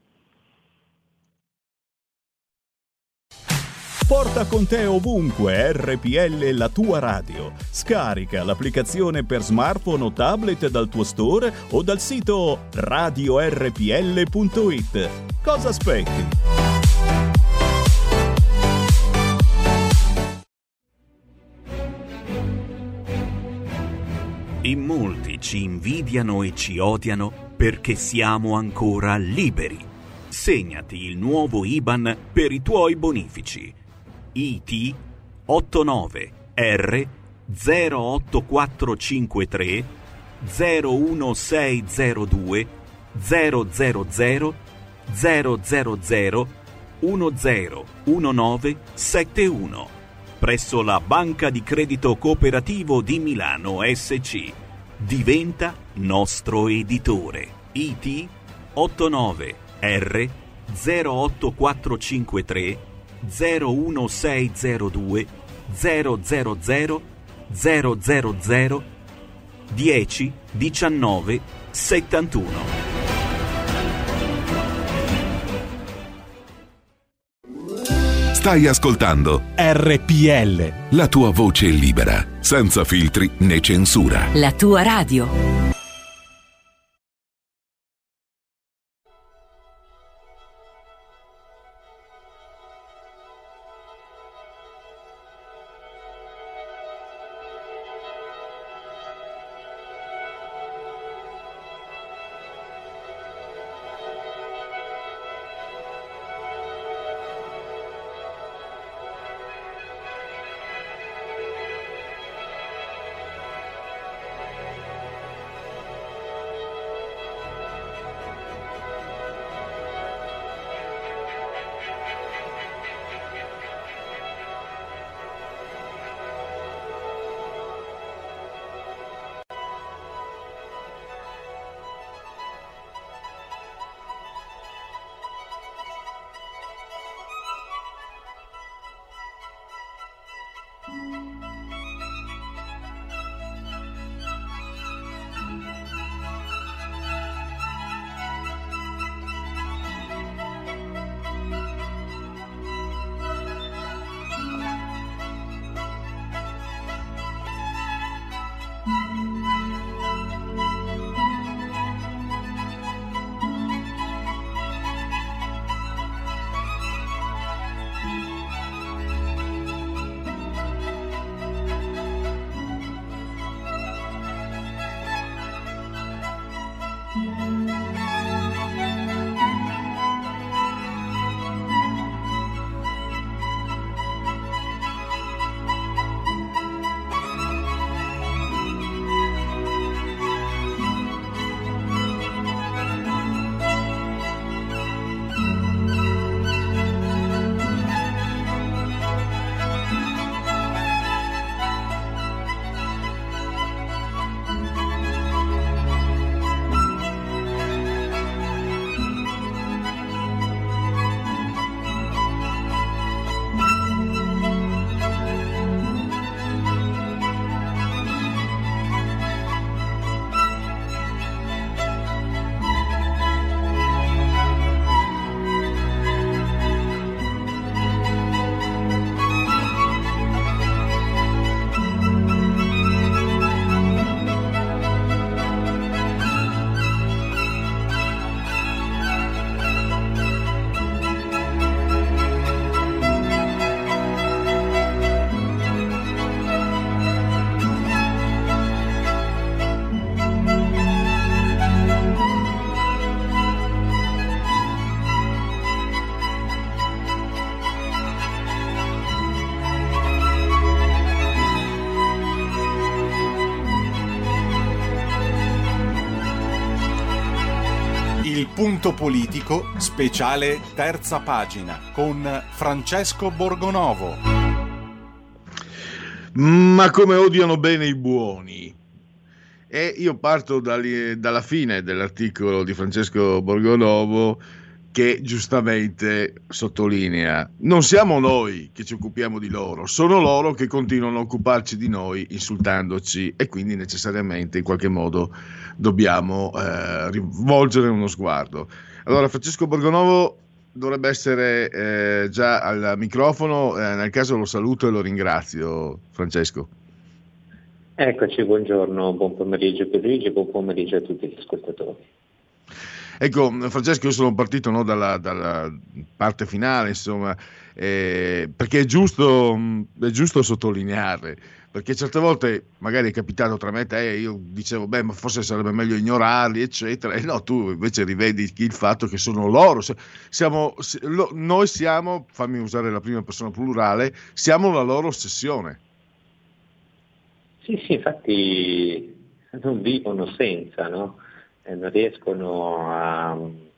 Porta con te ovunque RPL, la tua radio. Scarica l'applicazione per smartphone o tablet dal tuo store o dal sito radiorpl.it. Cosa aspetti? In molti ci invidiano e ci odiano perché siamo ancora liberi. Segnati il nuovo IBAN per i tuoi bonifici. IT 89 R 08453 01602 000 000 101971 presso la Banca di Credito Cooperativo di Milano SC. Diventa nostro editore. IT 89 R 08453 01602 000 000 10 19 71. Stai ascoltando RPL, la tua voce libera, senza filtri né censura. La tua radio. Il punto politico, speciale terza pagina, con Francesco Borgonovo. Ma come odiano bene i buoni. E io parto dalla fine dell'articolo di Francesco Borgonovo, che giustamente sottolinea: non siamo noi che ci occupiamo di loro, sono loro che continuano a occuparci di noi insultandoci, e quindi necessariamente in qualche modo dobbiamo rivolgere uno sguardo. Allora, Francesco Borgonovo dovrebbe essere già al microfono, nel caso lo saluto e lo ringrazio. Francesco. Eccoci, buongiorno, buon pomeriggio per Luigi, buon pomeriggio a tutti gli ascoltatori. Ecco, Francesco, io sono partito dalla parte finale, insomma, perché è giusto sottolineare, perché certe volte magari è capitato tra me e te, io dicevo, ma forse sarebbe meglio ignorarli, eccetera, e no, tu invece rivedi il fatto che sono loro, noi siamo, fammi usare la prima persona plurale, siamo la loro ossessione. Sì, infatti non vivono senza, no? Non riescono a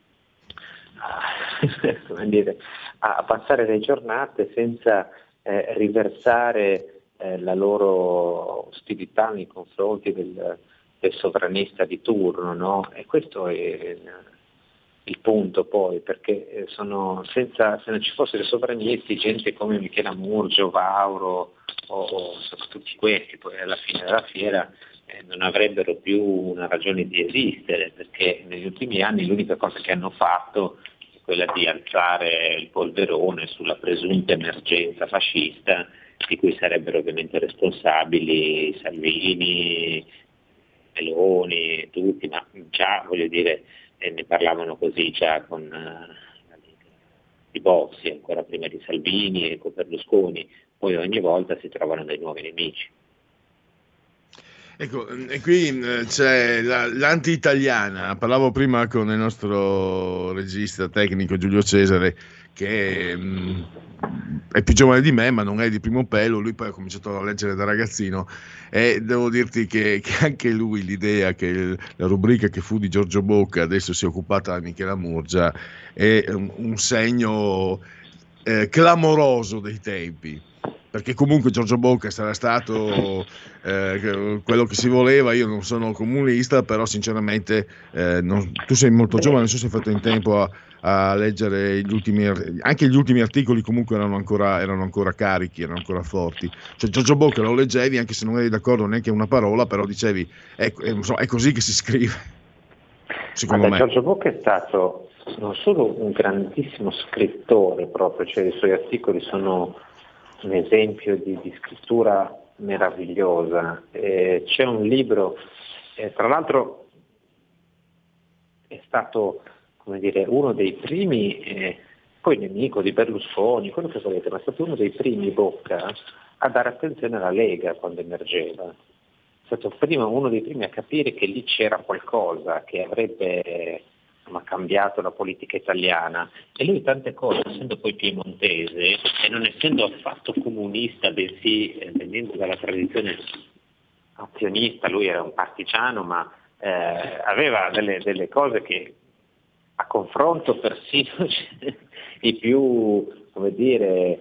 passare le giornate senza riversare la loro ostilità nei confronti del sovranista di turno, no? E questo è il punto poi, perché se non ci fossero i sovranisti, gente come Michela Murgio, Vauro o tutti questi poi alla fine della fiera non avrebbero più una ragione di esistere, perché negli ultimi anni l'unica cosa che hanno fatto è quella di alzare il polverone sulla presunta emergenza fascista, di cui sarebbero ovviamente responsabili Salvini, Meloni, tutti, ma già, voglio dire, ne parlavano così già con i Bossi, ancora prima di Salvini e con Berlusconi, poi ogni volta si trovano dei nuovi nemici. Ecco, e qui c'è l'anti-italiana. Parlavo prima con il nostro regista tecnico Giulio Cesare, che è più giovane di me, ma non è di primo pelo. Lui poi ha cominciato a leggere da ragazzino, e devo dirti che anche lui, l'idea che la rubrica che fu di Giorgio Bocca adesso si è occupata da Michela Murgia, è un segno clamoroso dei tempi. Perché comunque Giorgio Bocca sarà stato quello che si voleva. Io non sono comunista, però sinceramente tu sei molto giovane, non so se hai fatto in tempo a leggere anche gli ultimi articoli, comunque erano ancora carichi, erano ancora forti. Cioè Giorgio Bocca lo leggevi anche se non eri d'accordo neanche una parola, però dicevi è così che si scrive, secondo me. Giorgio Bocca è stato non solo un grandissimo scrittore proprio, cioè i suoi articoli sono un esempio di scrittura meravigliosa. C'è un libro, tra l'altro è stato, come dire, uno dei primi, poi nemico di Berlusconi, quello che volete, ma è stato uno dei primi Bocca a dare attenzione alla Lega quando emergeva. È stato uno dei primi a capire che lì c'era qualcosa che avrebbe cambiato la politica italiana, e lui tante cose, essendo poi piemontese e non essendo affatto comunista, bensì venendo dalla tradizione azionista, lui era un partigiano, ma aveva delle cose che a confronto persino i più, come dire,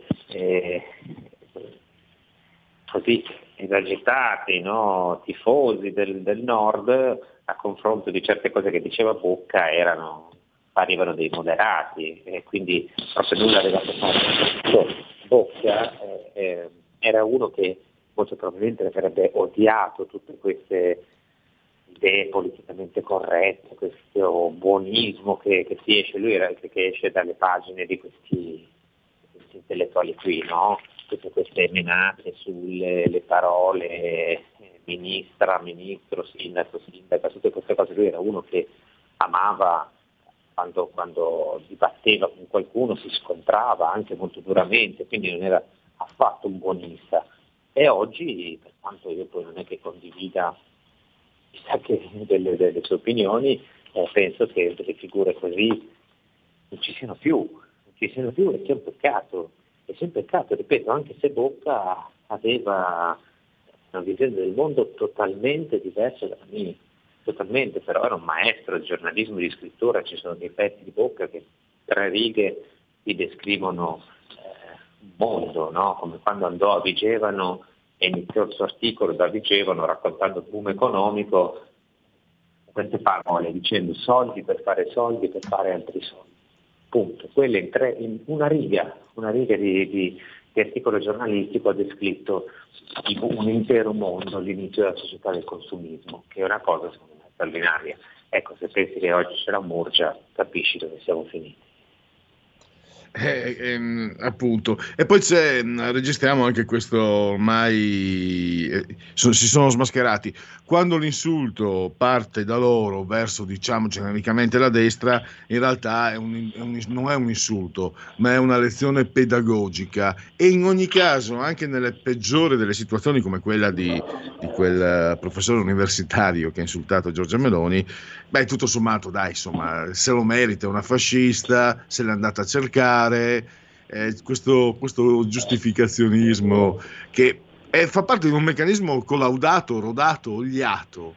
così esagitati, no? Tifosi del nord, a confronto di certe cose che diceva Bocca parevano dei moderati, e quindi proprio nulla aveva a che fare. Bocca era uno che molto probabilmente avrebbe odiato tutte queste idee politicamente corrette, questo buonismo che si esce, lui era che esce dalle pagine di questi intellettuali qui, no? Tutte queste menate sulle parole ministro, sindaca, tutte queste cose. Lui era uno che amava quando dibatteva con qualcuno, si scontrava anche molto duramente, quindi non era affatto un buonista. E oggi, per quanto io poi non è che condivida che delle sue opinioni, penso che delle figure così non ci siano più, e sia un peccato. È un peccato, ripeto, anche se Bocca aveva una visione del mondo totalmente diversa dalla mia. totalmente, però era un maestro di giornalismo e di scrittura, ci sono dei pezzi di Bocca che 3 righe ti descrivono un mondo, no? Come quando andò a Vigevano e iniziò il suo articolo da Vigevano raccontando il boom economico, queste parole, dicendo soldi per fare altri soldi. Punto. Quelle in una riga di articolo giornalistico ha descritto un intero mondo, l'inizio della società del consumismo, che è una cosa secondo me straordinaria. Ecco, se pensi che oggi c'è la Murgia, capisci dove siamo finiti. Appunto, e poi registriamo anche questo ormai si sono smascherati quando l'insulto parte da loro verso, diciamo, genericamente la destra. In realtà non è un insulto, ma è una lezione pedagogica, e in ogni caso, anche nelle peggiori delle situazioni, come quella di quel professore universitario che ha insultato Giorgia Meloni, tutto sommato, dai, insomma, se lo merita, è una fascista, se l'è andata a cercare. Questo giustificazionismo che fa parte di un meccanismo collaudato, rodato, oliato,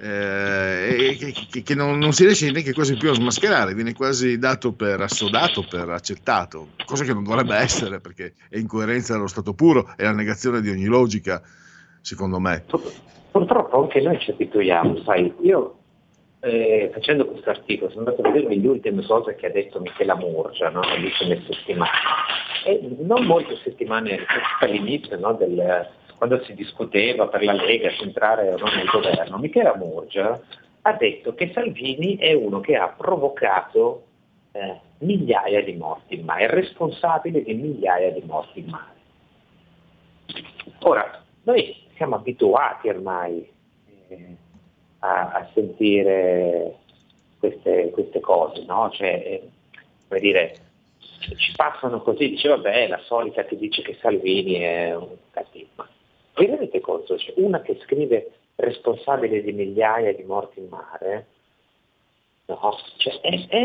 che non si riesce neanche quasi più a smascherare, viene quasi dato per assodato, per accettato, cosa che non dovrebbe essere, perché è incoerenza dello stato puro, è la negazione di ogni logica, secondo me. Purtroppo anche noi ci abituiamo, sai, io facendo questo articolo sono andato a vedermi le ultime cose che ha detto Michela Murgia, no? Le ultime settimane, e non molte settimane all'inizio, no? Quando si discuteva per la Lega se entrare o no nel governo, Michela Murgia ha detto che Salvini è uno che ha provocato migliaia di morti in mare, è responsabile di migliaia di morti in mare. Ora, noi siamo abituati ormai a sentire queste cose, no? Cioè, come dire, ci passano così, dice vabbè, la solita che dice che Salvini è un cattivo. Ma vi rendete conto? Cioè, una che scrive responsabile di migliaia di morti in mare, no? Cioè,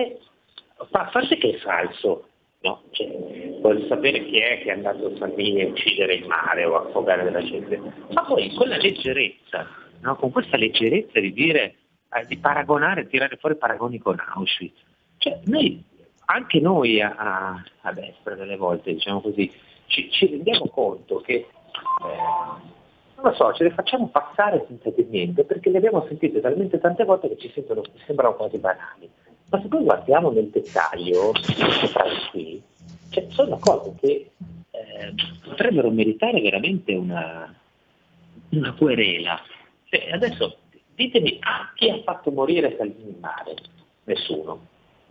a parte che è falso, no? Cioè, vuole sapere chi è che è andato a Salvini a uccidere in mare o a affogare della gente, ma poi con la leggerezza, no? Con questa leggerezza di dire, di paragonare, tirare fuori paragoni con Auschwitz. Cioè, anche noi a destra delle volte, diciamo così, ci rendiamo conto che, non lo so, ce le facciamo passare senza dire niente, perché le abbiamo sentite talmente tante volte che ci sembrano quasi banali. Ma se poi guardiamo nel dettaglio queste frasi qui, cioè, sono cose che potrebbero meritare veramente una querela. Cioè, adesso ditemi, chi ha fatto morire Salvini in mare? Nessuno.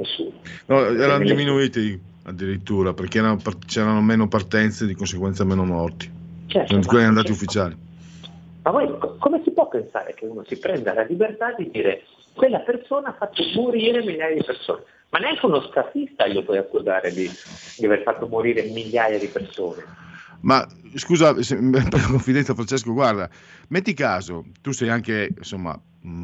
No, erano diminuiti addirittura, perché c'erano meno partenze, di conseguenza meno morti. Certo, quelli andati ufficiali. Ma voi come si può pensare che uno si prenda la libertà di dire quella persona ha fatto morire migliaia di persone? Ma neanche uno scafista gli puoi accusare di aver fatto morire migliaia di persone. Ma scusa, per confidenza, Francesco, guarda, metti caso, tu sei anche, insomma,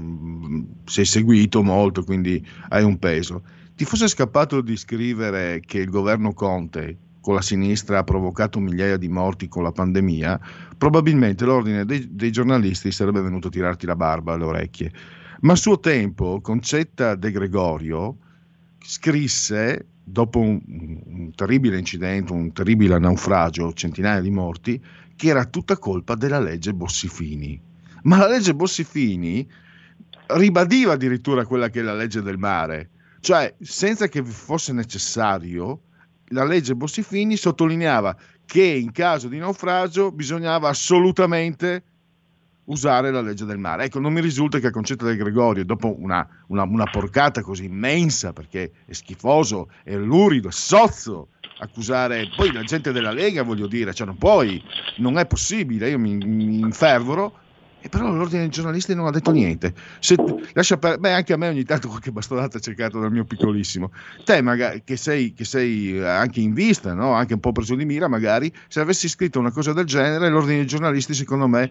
sei seguito molto, quindi hai un peso. Ti fosse scappato di scrivere che il governo Conte con la sinistra ha provocato migliaia di morti con la pandemia, probabilmente l'ordine dei giornalisti sarebbe venuto a tirarti la barba alle orecchie. Ma a suo tempo Concetta De Gregorio scrisse, dopo un terribile incidente, un terribile naufragio, centinaia di morti, che era tutta colpa della legge Bossi-Fini. Ma la legge Bossi-Fini ribadiva addirittura quella che è la legge del mare, cioè senza che fosse necessario, la legge Bossi-Fini sottolineava che in caso di naufragio bisognava assolutamente usare la legge del mare. Ecco, non mi risulta che Concetta De Gregorio, dopo una porcata così immensa, perché è schifoso, è lurido, è sozzo, accusare poi la gente della Lega, voglio dire, cioè non è possibile, io mi infervoro. E però l'ordine dei giornalisti non ha detto niente. Anche a me ogni tanto qualche bastonata è cercato dal mio piccolissimo. Te magari che sei anche in vista, no? Anche un po' preso di mira, magari se avessi scritto una cosa del genere, l'ordine dei giornalisti secondo me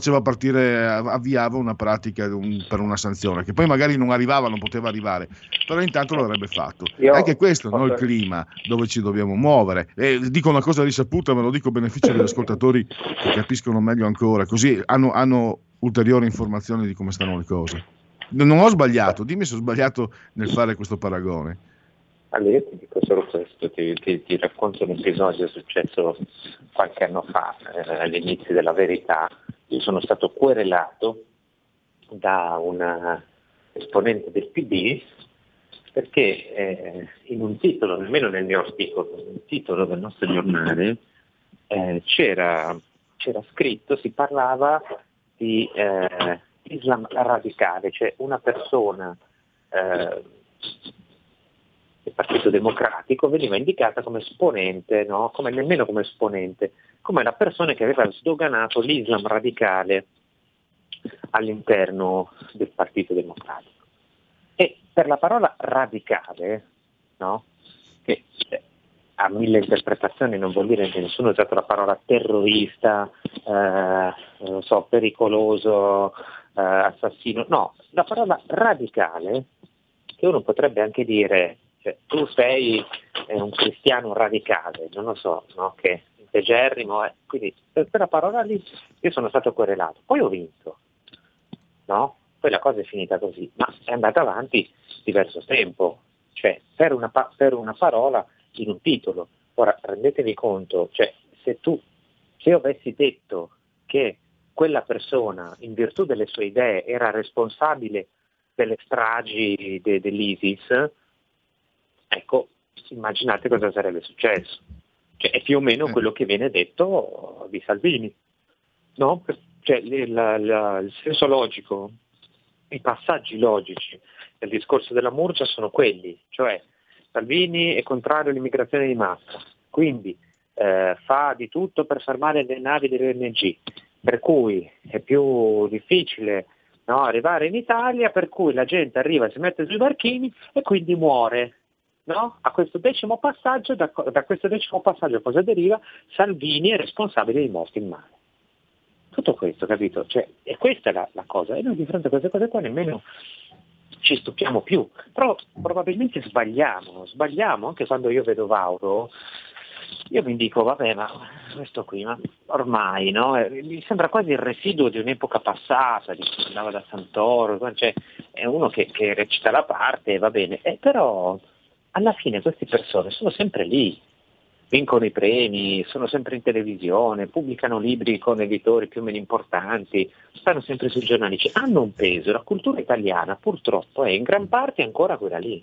avviava una pratica per una sanzione, che poi magari non poteva arrivare, però intanto lo avrebbe fatto. Anche questo è il clima dove ci dobbiamo muovere. Dico una cosa risaputa, me lo dico a beneficio degli ascoltatori che capiscono meglio ancora, così hanno ulteriori informazioni di come stanno le cose. Non ho sbagliato, dimmi se ho sbagliato nel fare questo paragone. Allora io ti dico solo questo, ti racconto un episodio successo qualche anno fa, all'inizio della Verità. Io sono stato querelato da una esponente del PD perché in un titolo, nemmeno nel mio articolo, nel titolo del nostro giornale c'era scritto, si parlava di Islam radicale, cioè una persona del Partito Democratico veniva indicata come esponente, no? Nemmeno come esponente, come la persona che aveva sdoganato l'Islam radicale all'interno del Partito Democratico. E per la parola radicale, no? Che ha mille interpretazioni, non vuol dire che nessuno ha usato la parola terrorista, non so, pericoloso, assassino, no, la parola radicale, che uno potrebbe anche dire, cioè, tu sei un cristiano radicale, non lo so, no? Che integerrimo, quindi per la parola lì io sono stato querelato, poi ho vinto, no? Poi la cosa è finita così, ma è andata avanti diverso tempo, cioè per una parola in un titolo. Ora rendetevi conto, cioè se io avessi detto che quella persona in virtù delle sue idee era responsabile delle stragi dell'ISIS, ecco, immaginate cosa sarebbe successo. Cioè, è più o meno quello che viene detto di Salvini, no? Cioè, il senso logico, i passaggi logici del discorso della Murgia sono quelli, cioè Salvini è contrario all'immigrazione di massa, quindi fa di tutto per fermare le navi delle ONG, per cui è più difficile, no, arrivare in Italia, per cui la gente arriva, si mette sui barchini e quindi muore. No? A questo decimo passaggio, da questo decimo passaggio cosa deriva? Salvini è responsabile dei morti in mare. Tutto questo, capito? Cioè, e questa è la cosa. E noi di fronte a queste cose qua nemmeno ci stupiamo più. Però probabilmente sbagliamo anche quando io vedo Vauro. Io mi dico, vabbè, ma questo qui, ma ormai, no? Mi sembra quasi il residuo di un'epoca passata, di quando andava da Santoro, cioè è uno che recita la parte, va bene, però alla fine queste persone sono sempre lì, vincono i premi, sono sempre in televisione, pubblicano libri con editori più o meno importanti, stanno sempre sui giornali, hanno un peso. La cultura italiana purtroppo è in gran parte ancora quella lì.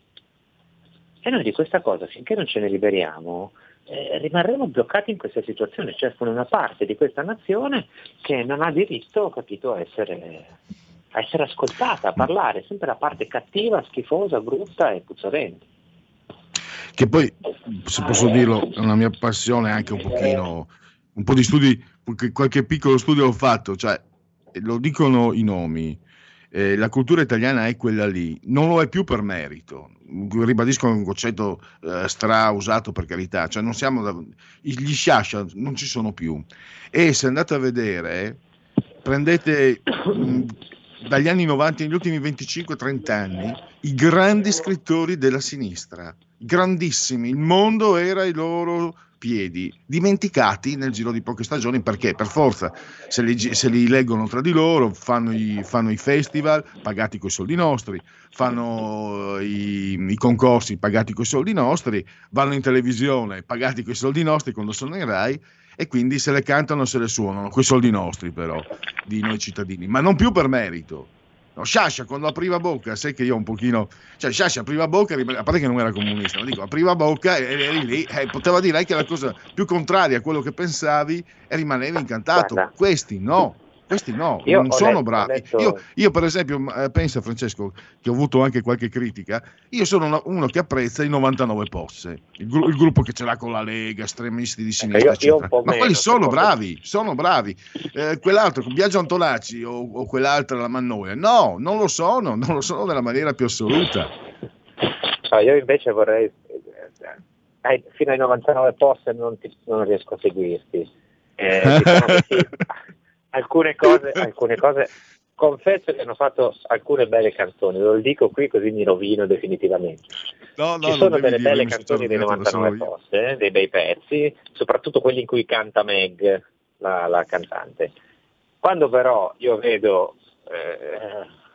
E noi di questa cosa, finché non ce ne liberiamo, rimarremo bloccati in questa situazione, cioè con una parte di questa nazione che non ha diritto, capito, a essere ascoltata, a parlare, sempre la parte cattiva, schifosa, brutta e puzzolente. Che poi, se posso dirlo, è una mia passione anche un po' di studi, qualche piccolo studio l'ho fatto, cioè lo dicono i nomi, la cultura italiana è quella lì, non lo è più per merito, ribadisco un concetto strausato, per carità, cioè non siamo gli sciascia non ci sono più, e se andate a vedere, prendete dagli anni 90 negli ultimi 25-30 anni i grandi scrittori della sinistra, grandissimi, il mondo era ai loro piedi, dimenticati nel giro di poche stagioni, perché per forza se li leggono tra di loro, fanno i festival pagati coi soldi nostri, fanno i concorsi pagati coi soldi nostri, vanno in televisione pagati coi soldi nostri quando sono in Rai, e quindi se le cantano, se le suonano coi soldi nostri, però di noi cittadini, ma non più per merito. No, Sciascia quando apriva bocca, sai che io un pochino, cioè Sciascia apriva bocca, a parte che non era comunista, ma dico, apriva bocca e eri lì, poteva dire anche la cosa più contraria a quello che pensavi e rimanevi incantato. Guarda, questi no, non sono bravi. Io per esempio, pensa Francesco, che ho avuto anche qualche critica, io sono uno che apprezza i 99 Posse, il gruppo che ce l'ha con la Lega, estremisti di sinistra, eccetera. Ma quelli sono bravi. Quell'altro, con Biagio Antolacci o quell'altra, la Mannoia, no, non lo sono nella maniera più assoluta. Io invece vorrei, fino ai 99 Posse non riesco a seguirti. Diciamo che sì. Alcune cose confesso che hanno fatto alcune belle canzoni, lo dico qui così mi rovino definitivamente. Ci sono delle belle canzoni dei 99 Posse, dei bei pezzi, soprattutto quelli in cui canta Meg, la cantante. Quando però io vedo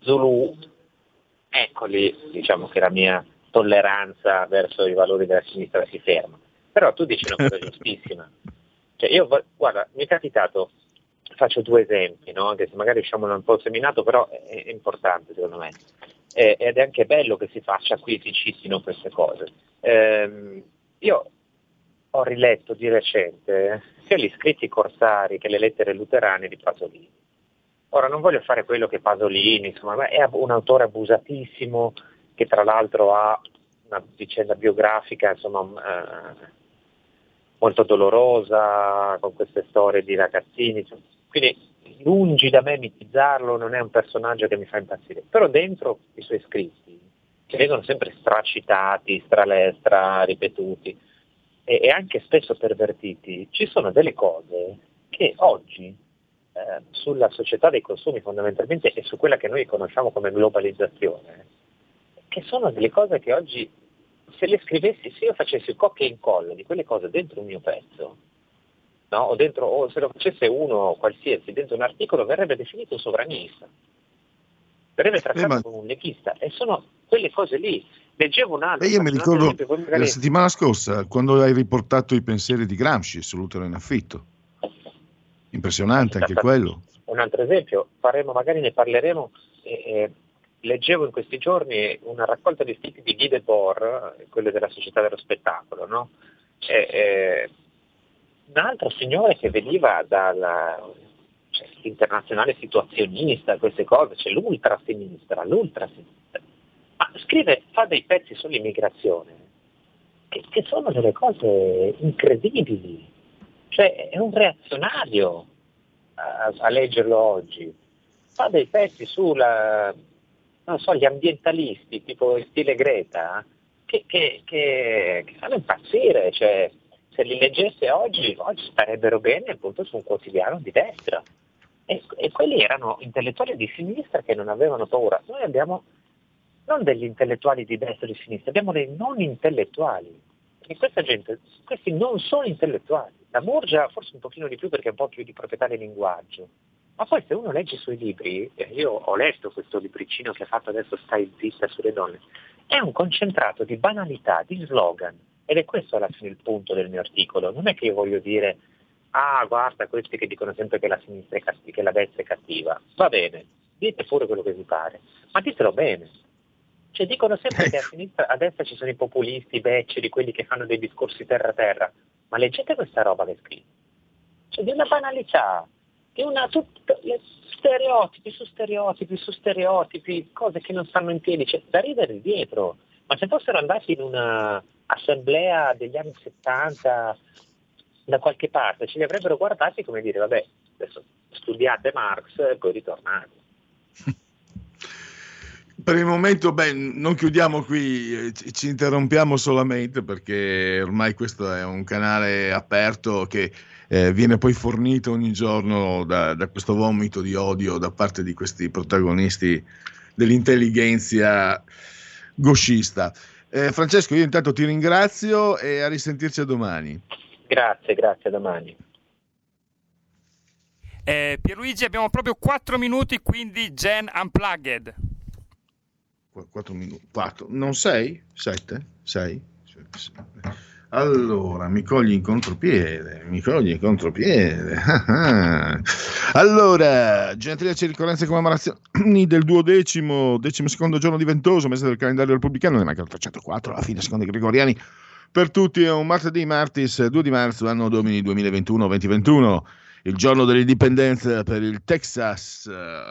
Zulu, eccoli, diciamo che la mia tolleranza verso i valori della sinistra si ferma. Però tu dici una cosa giustissima. Cioè guarda, mi è capitato, faccio due esempi, no? Anche se magari usciamo da un po' seminato, però è importante secondo me. Ed è anche bello che si faccia qui, si citino queste cose. Io ho riletto di recente sia gli scritti corsari che le lettere luterane di Pasolini. Ora non voglio fare quello che Pasolini, insomma, ma è un autore abusatissimo che tra l'altro ha una vicenda biografica, insomma, molto dolorosa, con queste storie di ragazzini, insomma. Quindi lungi da me mitizzarlo, non è un personaggio che mi fa impazzire, però dentro i suoi scritti, che vengono sempre stracitati, stra ripetuti e anche spesso pervertiti, ci sono delle cose che oggi sulla società dei consumi fondamentalmente e su quella che noi conosciamo come globalizzazione, che sono delle cose che oggi, se le scrivessi, se io facessi copia e incolla di quelle cose dentro un mio pezzo, no? O se lo facesse uno qualsiasi dentro un articolo, verrebbe definito un sovranista, verrebbe trattato come un leghista, e sono quelle cose lì. Leggevo un altro. Io mi ricordo la settimana scorsa quando hai riportato i pensieri di Gramsci sull'utero in affitto. Impressionante anche quello. Un altro esempio, ne parleremo. Leggevo in questi giorni una raccolta di scritti di Guy Debord, quello della società dello spettacolo, no? Un altro signore che veniva dall'internazionale situazionista, queste cose, c'è l'ultrasinistra, ma fa dei pezzi sull'immigrazione che sono delle cose incredibili, cioè è un reazionario a leggerlo oggi, fa dei pezzi gli ambientalisti, tipo in stile Greta, che fanno impazzire, cioè se li leggesse oggi starebbero bene appunto su un quotidiano di destra, e quelli erano intellettuali di sinistra che non avevano paura. Noi abbiamo non degli intellettuali di destra o di sinistra, abbiamo dei non intellettuali, e questi non sono intellettuali. La Murgia forse un pochino di più perché è un po' più di proprietà del linguaggio, ma poi se uno legge i suoi libri, io ho letto questo libricino che ha fatto adesso Stai zitta sulle donne, è un concentrato di banalità, di slogan, ed è questo alla fine il punto del mio articolo. Non è che io voglio dire guarda questi che dicono sempre che la sinistra è cattiva, che la destra è cattiva, va bene, dite pure quello che vi pare, ma ditelo bene. Cioè dicono sempre che a destra ci sono i populisti, i beceri, quelli che fanno dei discorsi terra, ma leggete questa roba che scrive. Cioè di una banalità, stereotipi, cose che non stanno in piedi, cioè, da ridere dietro. Ma se fossero andati in una assemblea degli anni 70 da qualche parte, ce li avrebbero guardati come dire, vabbè, adesso studiate Marx e poi ritornate. Per il momento, non chiudiamo qui, ci interrompiamo solamente perché ormai questo è un canale aperto che viene poi fornito ogni giorno da questo vomito di odio da parte di questi protagonisti dell'intelligenza gauchista. Francesco, io intanto ti ringrazio e a risentirci a domani. Grazie, a domani. Pierluigi, abbiamo proprio 4 minuti, quindi Gen Unplugged. 4 minuti, 4, non 6? 7? 6? Allora, mi cogli in contropiede. Allora, genetriaci, ricorrenze e commemorazioni del 12° giorno di Ventoso, mese del calendario repubblicano, ne manca il 304, alla fine, secondo i gregoriani. Per tutti è un martis 2 di marzo, anno domini 2021, il giorno dell'indipendenza per il Texas.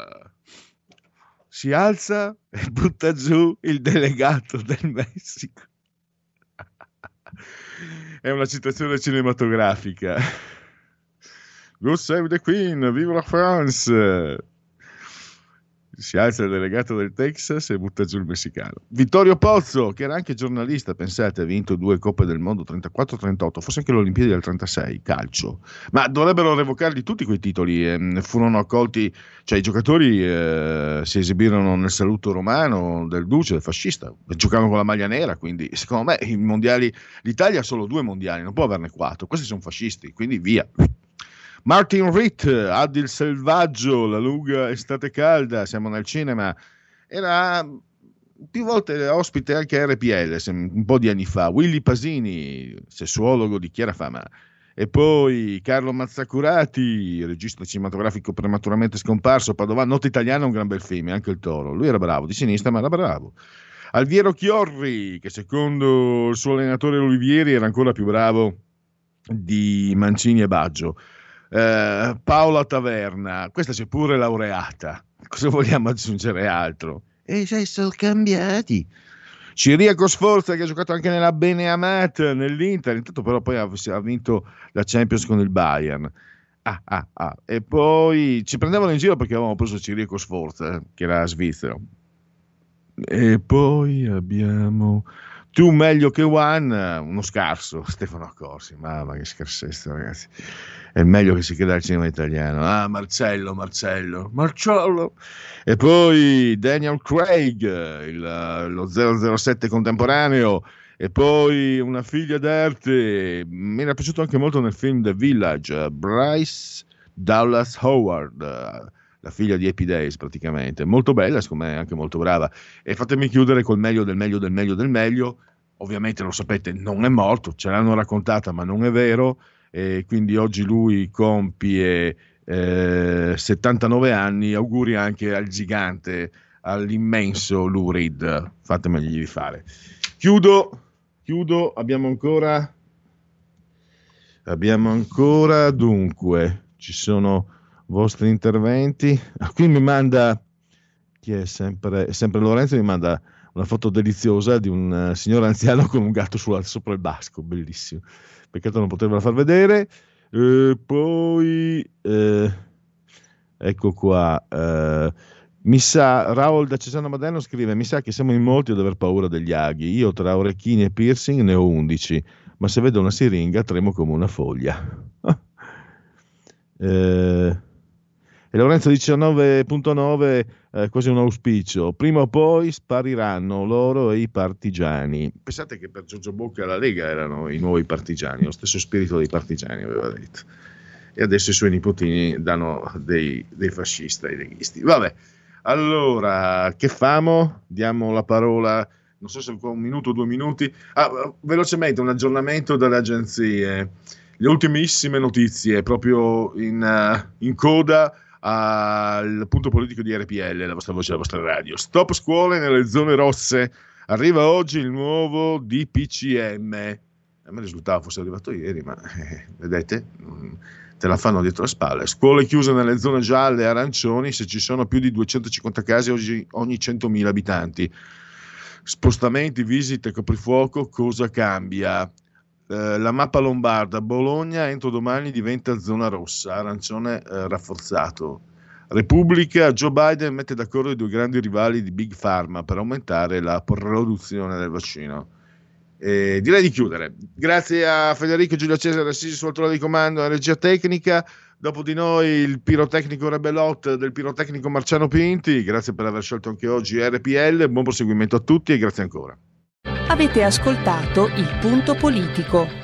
Si alza e butta giù il delegato del Messico. È una citazione cinematografica. God save the Queen, vive la France! Si alza il delegato del Texas e butta giù il messicano. Vittorio Pozzo, che era anche giornalista, pensate, ha vinto 2 Coppe del Mondo, 34-38, forse anche le Olimpiadi del 36, calcio. Ma dovrebbero revocargli tutti quei titoli. Furono accolti, cioè i giocatori si esibirono nel saluto romano del duce, del fascista, giocavano con la maglia nera, quindi secondo me i mondiali, l'Italia ha solo 2 mondiali, non può averne 4, questi sono fascisti, quindi via. Martin Ritt, Adil Selvaggio, La lunga estate calda, siamo nel cinema, era più volte ospite anche a RPL, un po' di anni fa. Willy Pasini, sessuologo di chiara fama. E poi Carlo Mazzacurati, regista cinematografico prematuramente scomparso, padovano, Notte italiana, un gran bel film, anche il Toro. Lui era bravo, di sinistra, ma era bravo. Alviero Chiorri, che secondo il suo allenatore Olivieri era ancora più bravo di Mancini e Baggio. Paola Taverna, questa c'è pure laureata. Cosa vogliamo aggiungere altro? E già sono cambiati. Ciriaco Sforza, che ha giocato anche nella Beneamat, nell'Inter, intanto però poi ha vinto la Champions con il Bayern. E poi ci prendevano in giro perché avevamo preso Ciriaco Sforza, che era svizzero. E poi abbiamo Tu meglio che One, uno scarso, Stefano Accorsi. Mamma che scarsezza, ragazzi. È il meglio che si creda al cinema italiano. Marcello. E poi Daniel Craig, lo 007 contemporaneo. E poi Una figlia d'arte. Mi era piaciuto anche molto nel film The Village, Bryce Dallas Howard, la figlia di Happy Days praticamente. Molto bella, secondo me anche molto brava. E fatemi chiudere col meglio del meglio. Ovviamente lo sapete, non è morto, ce l'hanno raccontata, ma non è vero. E quindi oggi lui compie 79 anni. Auguri anche al gigante, all'immenso Lou Reed, fatemeli fare. Chiudo, abbiamo ancora dunque, ci sono vostri interventi. Qui mi manda, chi è sempre Lorenzo, mi manda una foto deliziosa di un signore anziano con un gatto sopra il basco, bellissimo. Peccato non potervela far vedere. Poi ecco qua, mi sa, Raul da Cesano Maderno scrive: mi sa che siamo in molti ad aver paura degli aghi. Io tra orecchini e piercing ne ho 11, ma se vedo una siringa tremo come una foglia. E Lorenzo 19.9, quasi un auspicio: prima o poi spariranno loro e i partigiani. Pensate che per Giorgio Bocca la Lega erano i nuovi partigiani, lo stesso spirito dei partigiani aveva detto, e adesso i suoi nipotini danno dei fascisti ai leghisti. Vabbè, allora che famo? Diamo la parola, non so se un minuto o 2 minuti. Velocemente un aggiornamento dalle agenzie, le ultimissime notizie proprio in coda al punto politico di RPL, la vostra voce, la vostra radio. Stop scuole nelle zone rosse, arriva oggi il nuovo DPCM. A me risultava fosse arrivato ieri, ma vedete, te la fanno dietro le spalle. Scuole chiuse nelle zone gialle e arancioni se ci sono più di 250 casi ogni 100.000 abitanti. Spostamenti, visite, coprifuoco, cosa cambia? La mappa lombarda, Bologna entro domani diventa zona rossa, arancione rafforzato. Repubblica, Joe Biden mette d'accordo i 2 grandi rivali di Big Pharma per aumentare la produzione del vaccino. Direi di chiudere. Grazie a Federico Giulio Cesare Assisi sul trono di comando e regia tecnica. Dopo di noi il pirotecnico Rebelot del pirotecnico Marciano Pinti. Grazie per aver scelto anche oggi RPL. Buon proseguimento a tutti e grazie ancora. Avete ascoltato Il Punto Politico.